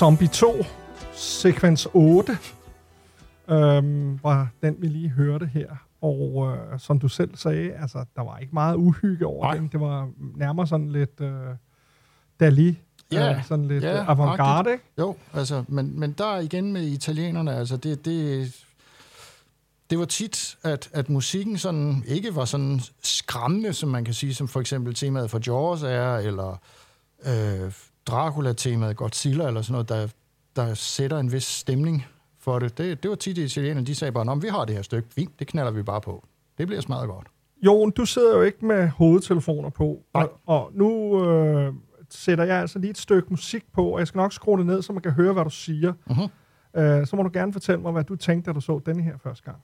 S2: Zombie to, sekvens otte, øhm, var den, vi lige hørte her. Og øh, som du selv sagde, altså, der var ikke meget uhygge over Nej. den. Det var nærmere sådan lidt øh, Dali,
S3: ja.
S2: øh, sådan lidt
S3: ja,
S2: øh, avantgarde, ikke?
S3: Jo, altså, men, men der igen med italienerne, altså det... det Det var tit, at, at musikken sådan ikke var sådan skræmmende, som man kan sige, som for eksempel temaet for Jaws er, eller øh, Dracula-temaet, Godzilla, eller sådan noget, der, der sætter en vis stemning for det. Det, det var tit, de italienerne, de sagde bare, vi har det her stykke, fint, det knalder vi bare på. Det bliver smadret godt.
S2: Jon, du sidder jo ikke med hovedtelefoner på, og, og nu øh, sætter jeg altså lige et stykke musik på, og jeg skal nok skrue det ned, så man kan høre, hvad du siger. Uh-huh. Øh, så må du gerne fortælle mig, hvad du tænkte, da du så denne her første gang.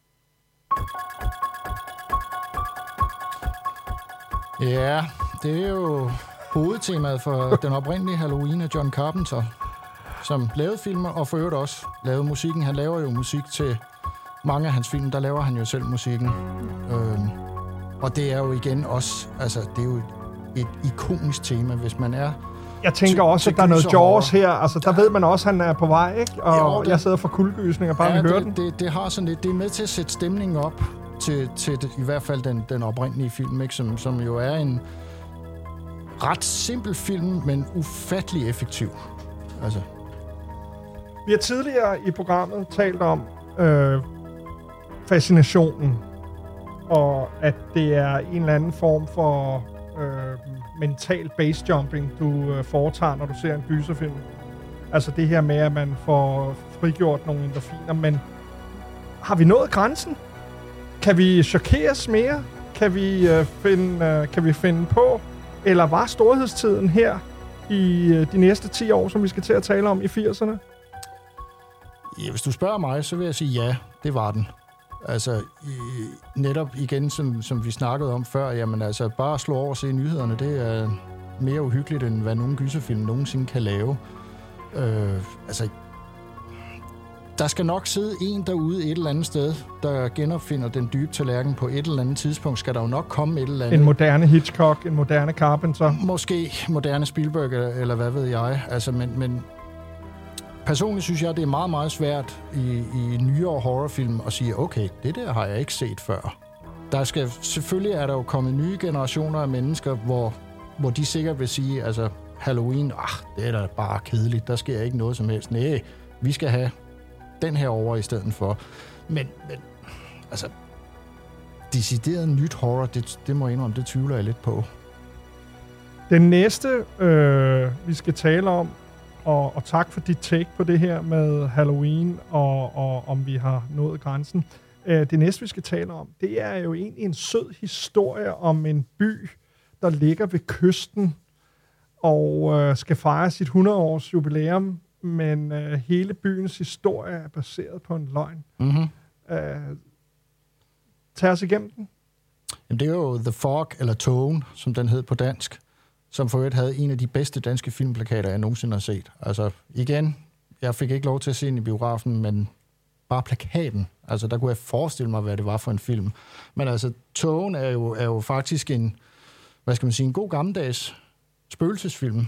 S3: Ja, det er jo hovedtemaet for den oprindelige Halloween af John Carpenter, som lavede filmer og for øvrigt også lavede musikken. Han laver jo musik til mange af hans film, der laver han jo selv musikken. Øhm, og det er jo igen også, altså det er jo et ikonisk tema, hvis man er...
S2: Jeg tænker også, at der er noget Jaws her. Altså, der ved man også, at han er på vej, ikke? Og jo, det, jeg sidder for kuldegysninger, bare
S3: ja,
S2: vi hører
S3: det,
S2: den.
S3: Det, det har sådan lidt... Det er med til at sætte stemningen op til, til det, i hvert fald den, den oprindelige film, ikke? Som, som jo er en ret simpel film, men ufattelig effektiv. Altså.
S2: Vi har tidligere i programmet talt om øh, fascinationen, og at det er en eller anden form for... Øh, mental basejumping, du øh, foretager, når du ser en gyserfilm. Altså det her med, at man får frigjort nogle endorfiner, men har vi nået grænsen? Kan vi chokeres mere? Kan vi, øh, finde, øh, kan vi finde på? Eller var storhedstiden her i øh, de næste ti år, som vi skal til at tale om i firserne?
S3: Ja, hvis du spørger mig, så vil jeg sige ja, det var den. Altså, i, netop igen, som, som vi snakkede om før, jamen altså, bare slå over og se nyhederne, det er mere uhyggeligt, end hvad nogen gyserfilm nogensinde kan lave. Øh, altså, der skal nok sidde en derude et eller andet sted, der genopfinder den dybe tallerken på et eller andet tidspunkt. Skal der jo nok komme et eller andet...
S2: En moderne Hitchcock, en moderne Carpenter.
S3: Måske moderne Spielberg, eller hvad ved jeg. Altså, men... men personligt synes jeg, det er meget, meget svært i, i nyere horrorfilm at sige, okay, det der har jeg ikke set før. Der skal, selvfølgelig er der jo kommet nye generationer af mennesker, hvor, hvor de sikkert vil sige, altså Halloween, ah, det er da bare kedeligt, der sker ikke noget som helst. Nej, vi skal have den her over i stedet for. Men, men altså, decideret nyt horror, det, det må jeg indrømme, det tvivler jeg lidt på.
S2: Den næste, øh, vi skal tale om, Og, og tak for dit take på det her med Halloween, og, og om vi har nået grænsen. Øh, det næste, vi skal tale om, det er jo egentlig en sød historie om en by, der ligger ved kysten, og øh, skal fejre sit hundrede-års jubilæum, men øh, hele byens historie er baseret på en løgn.
S3: Mm-hmm.
S2: Øh, tag os igennem den.
S3: Jamen, det er jo The Fog, eller Tågen, som den hed på dansk, som for øvrigt havde en af de bedste danske filmplakater, jeg nogensinde har set. Altså, igen, jeg fik ikke lov til at se den i biografen, men bare plakaten. Altså, der kunne jeg forestille mig, hvad det var for en film. Men altså, Tågen er jo, er jo faktisk en, hvad skal man sige, en god gammeldags spøgelsesfilm.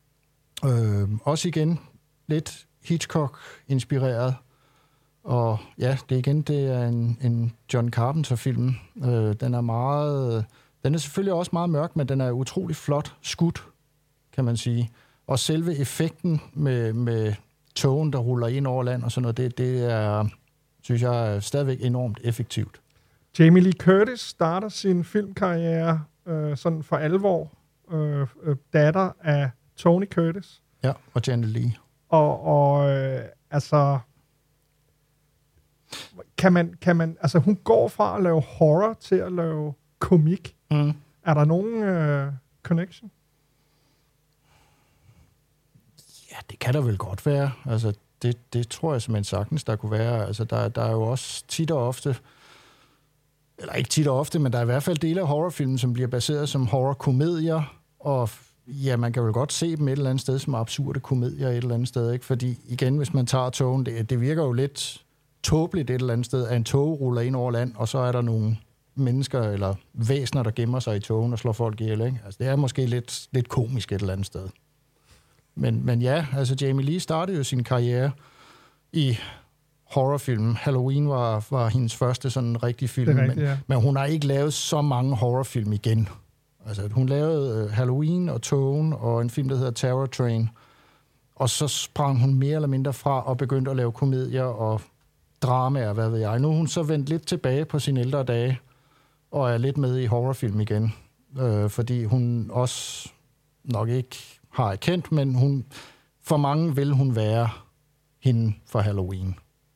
S3: Øh, også igen, lidt Hitchcock-inspireret. Og ja, det igen, det er en, en John Carpenter-film. Øh, den er meget... Den er selvfølgelig også meget mørk, men den er utrolig flot skudt, kan man sige. Og selve effekten med, med togen, der ruller ind over land og sådan noget, det, det er, synes jeg, er stadigvæk enormt effektivt.
S2: Jamie Lee Curtis starter sin filmkarriere øh, sådan for alvor. Øh, øh, datter af Tony Curtis.
S3: Ja, og Janet Leigh.
S2: Og, og øh, altså... Kan man, kan man... Altså, hun går fra at lave horror til at lave komik.
S3: Mm.
S2: Er der nogen øh, connection?
S3: Ja, det kan der vel godt være. Altså, det, det tror jeg simpelthen sagtens, der kunne være. Altså, der, der er jo også tit og ofte, eller ikke tit og ofte, men der er i hvert fald dele af horrorfilmen, som bliver baseret som horrorkomedier, og ja, man kan vel godt se dem et eller andet sted som absurde komedier et eller andet sted, ikke? Fordi igen, hvis man tager togen, det, det virker jo lidt tåbeligt et eller andet sted, at en tog ruller ind over land, og så er der nogle mennesker eller væsener, der gemmer sig i togen og slår folk ihjel, ikke? Altså, det er måske lidt, lidt komisk et eller andet sted. men, men ja, altså Jamie Lee startede jo sin karriere i horrorfilm. Halloween var, var hendes første sådan rigtig film,
S2: rigtigt,
S3: men,
S2: ja.
S3: men hun har ikke lavet så mange horrorfilm igen. Altså, hun lavede uh, Halloween og Tone og en film, der hedder Terror Train. Og så sprang hun mere eller mindre fra og begyndte at lave komedier og dramaer, hvad ved jeg. Nu er hun så vendt lidt tilbage på sine ældre dage og er lidt med i horrorfilm igen. Øh, fordi hun også nok ikke har erkendt, men hun, for mange vil hun være hende for Halloween.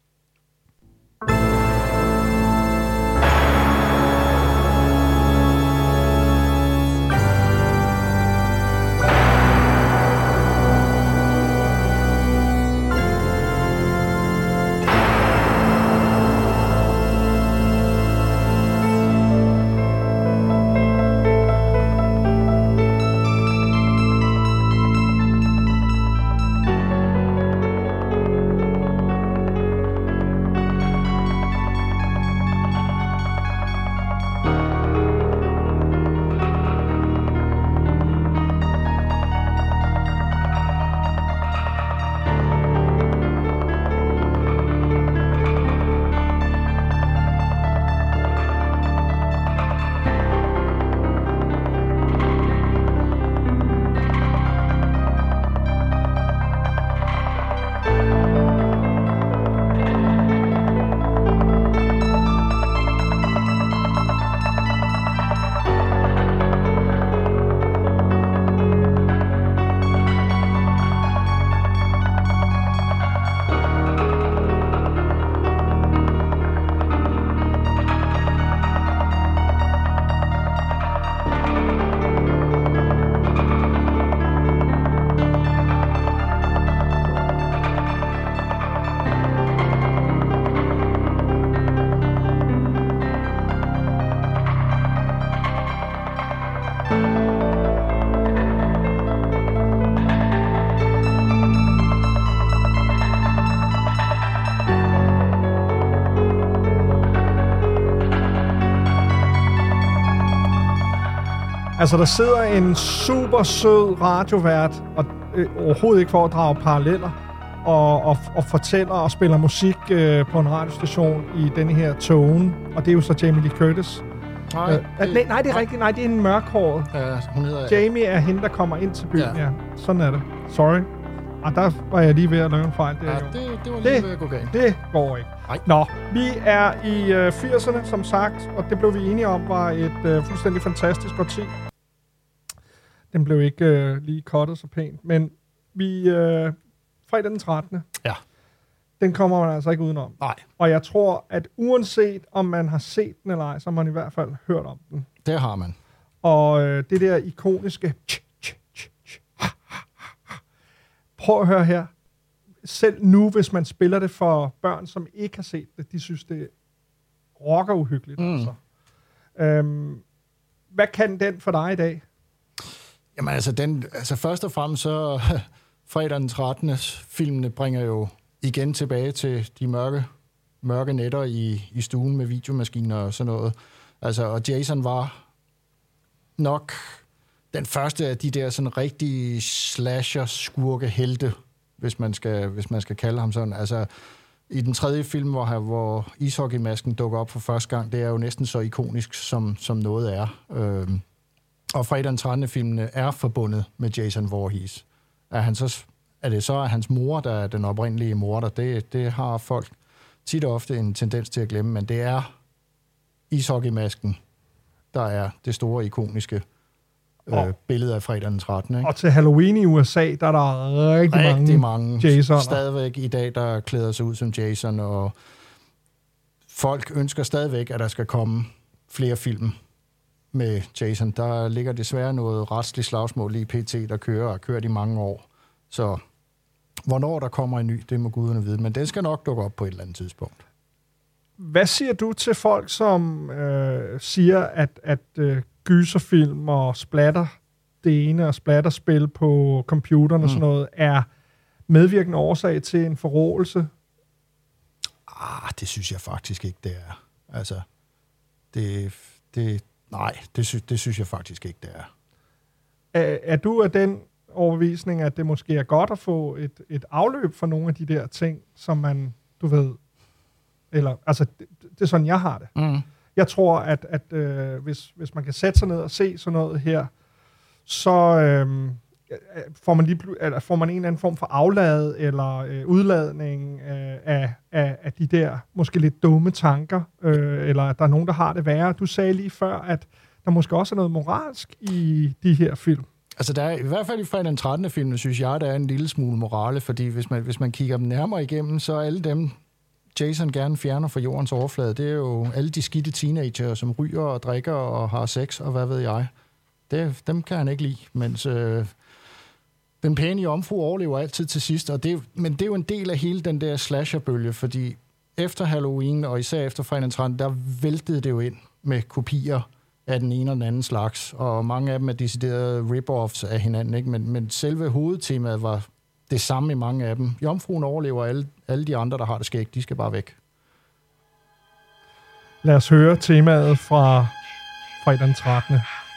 S2: Altså, der sidder en super sød radiovært, og øh, overhovedet ikke for at drage paralleller, og, og, og fortæller og spiller musik øh, på en radiostation i denne her tone, og det er jo så Jamie Lee Curtis.
S3: Nej,
S2: øh, det, nej, nej, det er rigtigt. Nej, det er en mørkhåret.
S3: Ja, hun hedder...
S2: Jamie er hende, der kommer ind til byen, ja.
S3: Ja.
S2: Sådan er det. Sorry. Og der var jeg lige ved at lave en fejl. Det,
S3: Ja,
S2: jo.
S3: det, det var lige
S2: Det-
S3: ved at gå galt.
S2: det går ikke.
S3: Nej.
S2: Nå, vi er i øh, firserne, som sagt, og det blev vi enige om, var et øh, fuldstændig fantastisk årti. Den blev ikke øh, lige cuttet så pænt, men vi... Øh, fredag den trettende
S3: Ja.
S2: Den kommer man altså ikke udenom.
S3: Nej,
S2: Og jeg tror, at uanset om man har set den eller ej, så har man i hvert fald hørt om den.
S3: det har man.
S2: Og øh, det der ikoniske... Prøv at høre her. Selv nu, hvis man spiller det for børn, som ikke har set det, de synes, det rocker uhyggeligt.
S3: Mm.
S2: Altså. Øhm, hvad kan den for dig i dag?
S3: Jamen altså, den, altså først og fremmest så fredag den trettende filmene bringer jo igen tilbage til de mørke, mørke nætter i, i stuen med videomaskiner og sådan noget. Altså, og Jason var nok den første af de der sådan rigtige slasher-skurke-helte, hvis man skal, hvis man skal kalde ham sådan. Altså, i den tredje film, hvor, her, hvor ishockeymasken dukker op for første gang, det er jo næsten så ikonisk, som, som noget er. Øhm, og fredag den trettende filmene er forbundet med Jason Voorhees. Er, han så, er det så hans mor, der er den oprindelige morder? Det, det har folk tit og ofte en tendens til at glemme, men det er ishockeymasken, der er det store ikoniske øh,
S2: Og-
S3: billede af fredag den trettende. Ikke?
S2: Og til Halloween i U S A, der er der rigtig,
S3: Rigtig
S2: mange,
S3: mange
S2: Jasoner.
S3: stadigvæk i dag, der klæder sig ud som Jason, og folk ønsker stadigvæk, at der skal komme flere film med Jason. Der ligger desværre noget retsligt slagsmål lige P T, der kører og har kørt i mange år. Så hvornår der kommer en ny, det må guderne vide, men den skal nok dukke op på et eller andet tidspunkt.
S2: Hvad siger du til folk, som øh, siger, at, at øh, gyserfilm og splatter det ene og splatterspil på computeren mm. og sådan noget, er medvirkende årsag til en forråelse?
S3: Ah, det synes jeg faktisk ikke, det er. Altså, det, det, nej, det, sy- det synes jeg faktisk ikke, det er.
S2: Er, er du af den overbevisning, at det måske er godt at få et, et afløb for nogle af de der ting, som man, du ved, eller, altså, det, det er sådan, jeg har det.
S3: Mm.
S2: Jeg tror, at, at øh, hvis, hvis man kan sætte sig ned og se sådan noget her, så øh, får, man lige, eller får man en eller anden form for aflad eller øh, udladning øh, af, af, af de der måske lidt dumme tanker, øh, eller at der er nogen, der har det værre. Du sagde lige før, at der måske også er noget moralsk i de her film.
S3: Altså, der er, i hvert fald i fredag den trettende film, synes jeg, der er en lille smule morale, fordi hvis man, hvis man kigger dem nærmere igennem, så er alle dem, Jason gerne fjerner fra jordens overflade, det er jo alle de skidte teenager, som ryger og drikker og har sex, og hvad ved jeg. Det, dem kan han ikke lide, mens øh, den pæne jomfru overlever altid til sidst. Og det, men det er jo en del af hele den der slasherbølge, fordi efter Halloween, og især efter fredag den trettende, der væltede det jo ind med kopier af den ene og den anden slags, og mange af dem er deciderede rip-offs af hinanden, ikke? Men, men selve hovedtemaet var det samme i mange af dem. Jomfruen overlever, alle, alle de andre, der har det skægt, de skal bare væk.
S2: Lad os høre temaet fra fredag den trettende.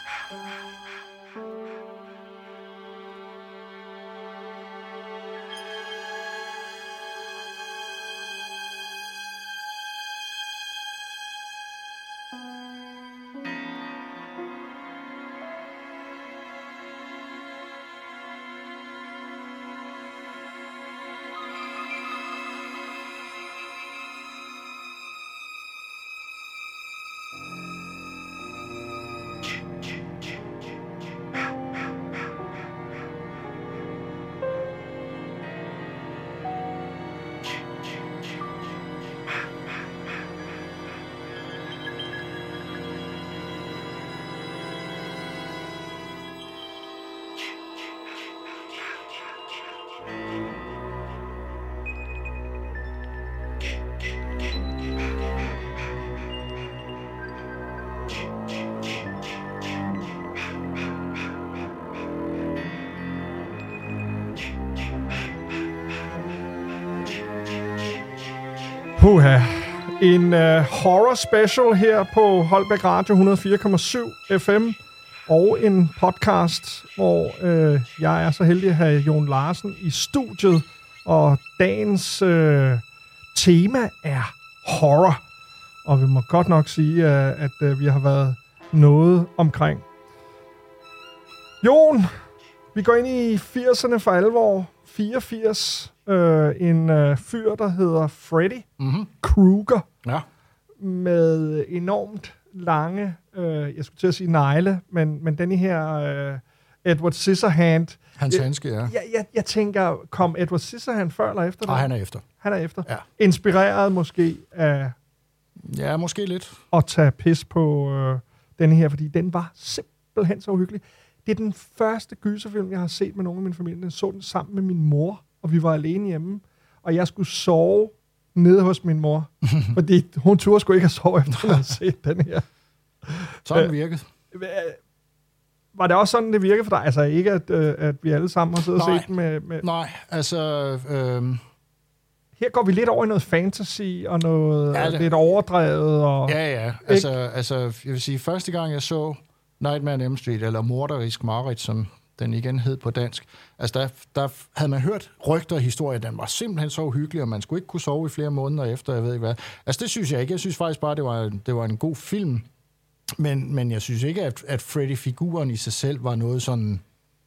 S2: Puha. En uh, horror special her på Holbæk Radio hundrede og fire komma syv F M og en podcast, hvor uh, jeg er så heldig at have Jon Larsen i studiet, og dagens uh, tema er horror. Og vi må godt nok sige, uh, at uh, vi har været noget omkring. Jon, vi går ind i firserne for alvor. fireogfirs. Uh, en uh, fyr, der hedder Freddy
S3: Mm-hmm.
S2: Krueger,
S3: Ja.
S2: med enormt lange, uh, jeg skulle til at sige negle, men, men den her uh, Edward Scissorhand.
S3: Hans
S2: jeg,
S3: handske, ja.
S2: Jeg, jeg, jeg tænker, kom Edward Scissorhand før eller efter?
S3: Ah, han er efter.
S2: Han er efter.
S3: Ja.
S2: Inspireret måske af
S3: Ja, måske lidt.
S2: at tage pis på uh, denne her, fordi den var simpelthen så uhyggelig. Det er den første gyserfilm, jeg har set med nogen af min familie. Jeg så den sammen med min mor, og vi var alene hjemme, og jeg skulle sove nede hos min mor, fordi hun turde sgu ikke at sove, efter hun havde set den her.
S3: Sådan virkede.
S2: Var det også sådan, det virkede for dig? Altså ikke, at, at vi alle sammen har siddet og set den med... med...
S3: Nej, altså... Øh...
S2: Her går vi lidt over i noget fantasy, og noget
S3: Ja, det...
S2: lidt overdrevet, og...
S3: Ja, ja. Altså, altså, jeg vil sige, første gang jeg så Nightmare on Elm Street, eller Morderisk Mareridt, som den igen hed på dansk, altså der, der havde man hørt rygter og historier, den var simpelthen så uhyggelig, og man skulle ikke kunne sove i flere måneder efter, jeg ved ikke hvad. Altså det synes jeg ikke. Jeg synes faktisk bare, det var, det var en god film, men, men jeg synes ikke, at, at Freddy-figuren i sig selv var noget sådan,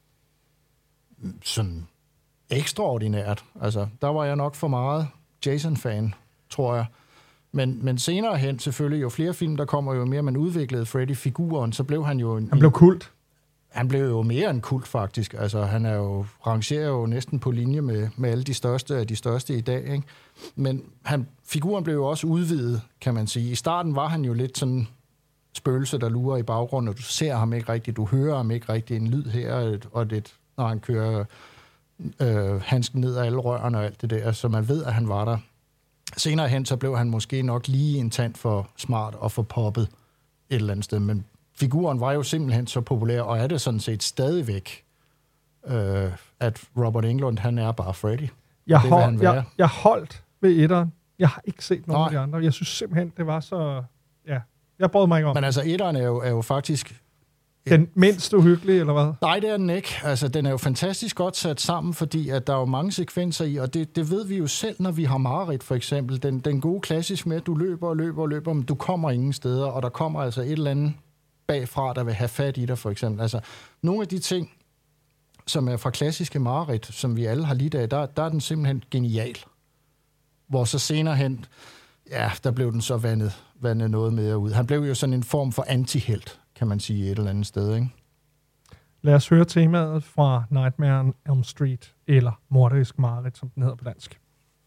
S3: sådan ekstraordinært. Altså, der var jeg nok for meget Jason-fan, tror jeg. Men, men senere hen, selvfølgelig, jo flere film, der kommer, jo mere man udviklede Freddy-figuren, så blev han jo... En,
S2: han blev kult.
S3: Han blev jo mere en kult, faktisk. Altså, han er jo, rangerer jo næsten på linje med, med alle de største af de største i dag, ikke? Men han, figuren blev jo også udvidet, kan man sige. I starten var han jo lidt sådan spøgelse, der lurer i baggrunden, og du ser ham ikke rigtigt, du hører ham ikke rigtigt, en lyd her, og det, når han kører øh, handsken ned af alle rørene og alt det der, så man ved, at han var der. Senere hen, så blev han måske nok lige en tand for smart og for poppet et eller andet sted, men figuren var jo simpelthen så populær, og er det sådan set stadigvæk, øh, at Robert Englund, han er bare Freddy.
S2: Jeg,
S3: det
S2: hold,
S3: han
S2: jeg, jeg holdt ved etteren. Jeg har ikke set nogen
S3: Nej.
S2: af de andre. Jeg synes simpelthen, det var så... Ja, jeg brød mig ikke om.
S3: Men altså, etteren er jo, er jo faktisk
S2: Den mindst uhyggelige, eller hvad?
S3: Nej, det er den ikke. Altså, den er jo fantastisk godt sat sammen, fordi at der er jo mange sekvenser i, og det, det ved vi jo selv, når vi har mareridt, for eksempel. Den, den gode klassisk med, at du løber og løber og løber, men du kommer ingen steder, og der kommer altså et eller andet bagfra, der vil have fat i dig, for eksempel. Altså, nogle af de ting, som er fra klassiske mareridt, som vi alle har lidt af, der, der er den simpelthen genial. Hvor så senere hen, ja, der blev den så vandet, vandet noget mere ud. Han blev jo sådan en form for antihelt, kan man sige, et eller andet sted, ikke?
S2: Lad os høre temaet fra Nightmare on Elm Street, eller Morderisk Mareridt, som den hedder på dansk.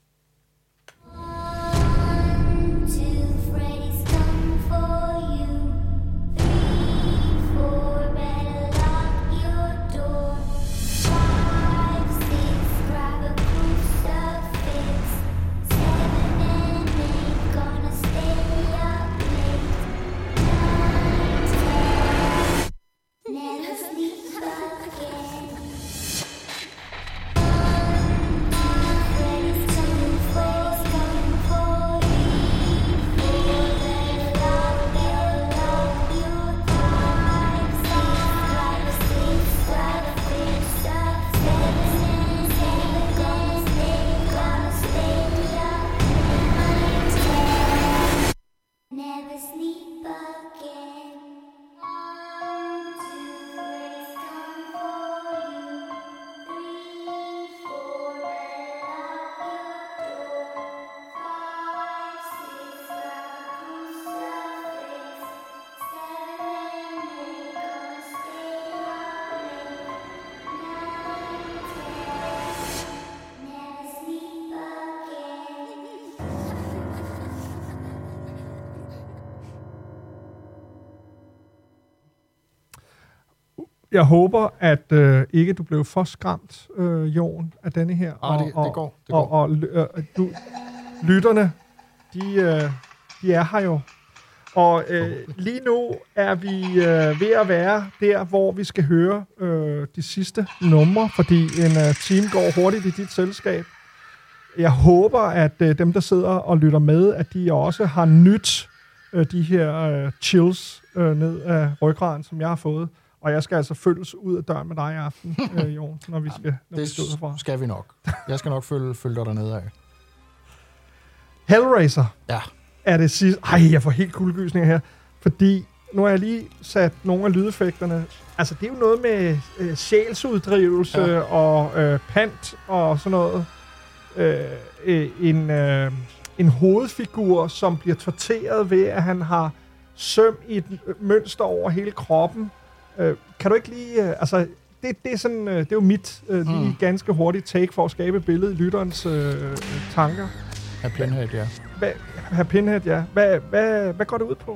S2: Jeg håber, at øh, ikke du blev for skræmt, øh, Jon, af denne her.
S3: Ah, det,
S2: og,
S3: det går. Det
S2: og,
S3: går.
S2: og, og øh, du, lytterne, de, øh, de er her jo. Og øh, lige nu er vi øh, ved at være der, hvor vi skal høre øh, de sidste numre, fordi en øh, time går hurtigt i dit selskab. Jeg håber, at øh, dem, der sidder og lytter med, at de også har nyt øh, de her øh, chills øh, ned af ryggraden, som jeg har fået. Og jeg skal altså følges ud af døren med dig i aften, øh, Jon, når vi skal, når
S3: det
S2: vi skal ud herfra.
S3: skal vi nok. Jeg skal nok følge, følge dig dernede af.
S2: Hellraiser
S3: Ja.
S2: er det sidste... Ej, jeg får helt kuldegysninger her. Fordi nu har jeg lige sat nogle af lydeffekterne. Altså, det er jo noget med øh, sjælsuddrivelse ja. og øh, pant og sådan noget. Øh, øh, en, øh, en hovedfigur, som bliver torteret ved, at han har søm i et mønster over hele kroppen. Øh, kan du ikke lige... Øh, altså, det, det, er sådan, øh, det er jo mit øh, lige mm. ganske hurtigt take for at skabe et billede i lytterens øh, tanker.
S3: Herr Pinhead, ja.
S2: Hvad, Herr Pinhead, ja. Hvad, hvad, hvad går det ud på?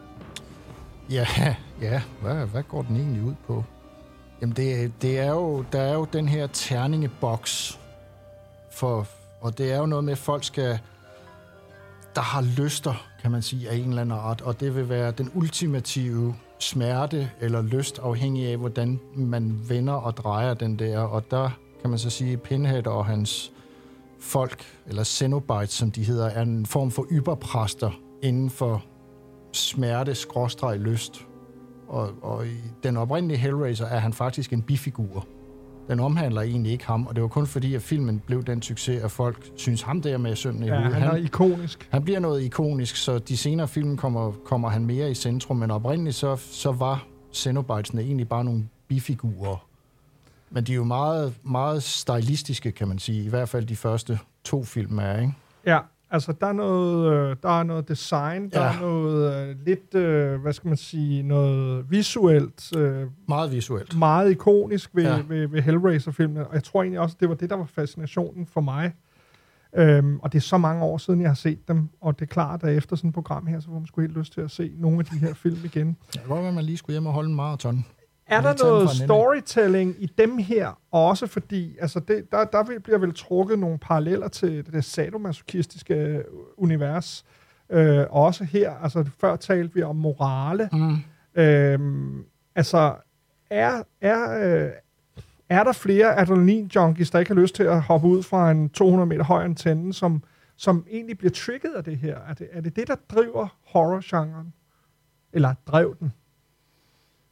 S3: Ja, ja. Hvad, hvad går den egentlig ud på? Jamen, det, det er jo, der er jo den her terningeboks, for, og det er jo noget med, at folk skal, der har lyster, kan man sige, af en eller anden art, og det vil være den ultimative smerte eller lyst, afhængig af, hvordan man vender og drejer den der, og der kan man så sige, Pinhead og hans folk, eller Cenobites, som de hedder, er en form for yberpræster inden for smerte, skråstreg, lyst. Og, og i den oprindelige Hellraiser er han faktisk en bifigur. Den omhandler egentlig ikke ham, og det var kun fordi, at filmen blev den succes, at folk synes ham der med sømmen i
S2: ja,
S3: hovedet.
S2: Han er han, ikonisk.
S3: Han bliver noget ikonisk, så de senere film kommer, kommer han mere i centrum, men oprindeligt så, så var Cenobites'ene egentlig bare nogle bifigurer. Men de er jo meget, meget stylistiske, kan man sige. I hvert fald de første to film er, ikke?
S2: Ja, altså der er noget, øh, der er noget design, der ja. er noget øh, lidt, øh, hvad skal man sige, noget visuelt. Øh,
S3: meget visuelt.
S2: Meget ikonisk ved,
S3: ja.
S2: ved, ved Hellraiser-filmene. Og jeg tror egentlig også, det var det, der var fascinationen for mig. Øhm, og det er så mange år siden, jeg har set dem. Og det er klart, at efter sådan et program her, så får man sgu helt lyst til at se nogle af de her film igen.
S3: Ja, det var, at man lige skulle hjem og holde en maraton.
S2: Er der noget storytelling i dem her også, fordi altså det, der, der bliver vel trukket nogle paralleller til det sadomasochistiske univers. Øh, også her, altså før talte vi om morale. Mm. Øhm, altså, er, er, øh, er der flere adrenalin-junkies, der ikke har lyst til at hoppe ud fra en to hundrede meter høj antenne, som, som egentlig bliver trigget af det her? Er det er det, det der driver horror-genren? Eller drev den?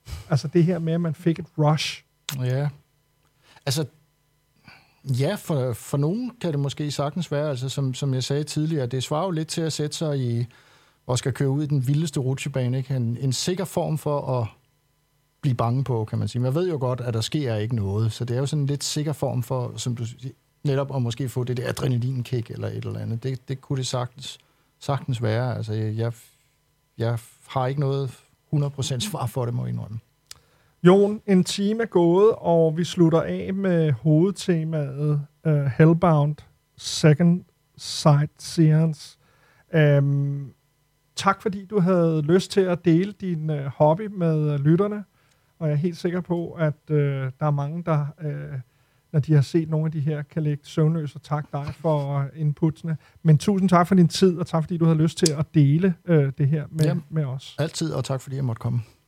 S2: Altså det her med, at man fik et rush.
S3: Ja. Altså, ja, for, for nogen kan det måske sagtens være, altså som, som jeg sagde tidligere, det svarer jo lidt til at sætte sig i, og skal køre ud i den vildeste rutsjebane, ikke? En, en sikker form for at blive bange på, kan man sige. Man ved jo godt, at der sker ikke noget, så det er jo sådan en lidt sikker form for, som du siger, netop at måske få det der adrenalinkick eller et eller andet. Det, det kunne det sagtens, sagtens være. Altså, jeg, jeg har ikke noget hundrede procent svar for det, må jeg indrømme.
S2: Jon, en time er gået, og vi slutter af med hovedtemaet uh, Hellbound Second Sight Seance. Um, tak fordi du havde lyst til at dele din uh, hobby med uh, lytterne, og jeg er helt sikker på, at uh, der er mange, der, uh, når de har set nogle af de her, kan lægge søvnløs, og tak dig for uh, inputsene. Men tusind tak for din tid, og tak fordi du havde lyst til at dele uh, det her med,
S3: Jamen,
S2: med os.
S3: Altid, og tak fordi jeg måtte komme.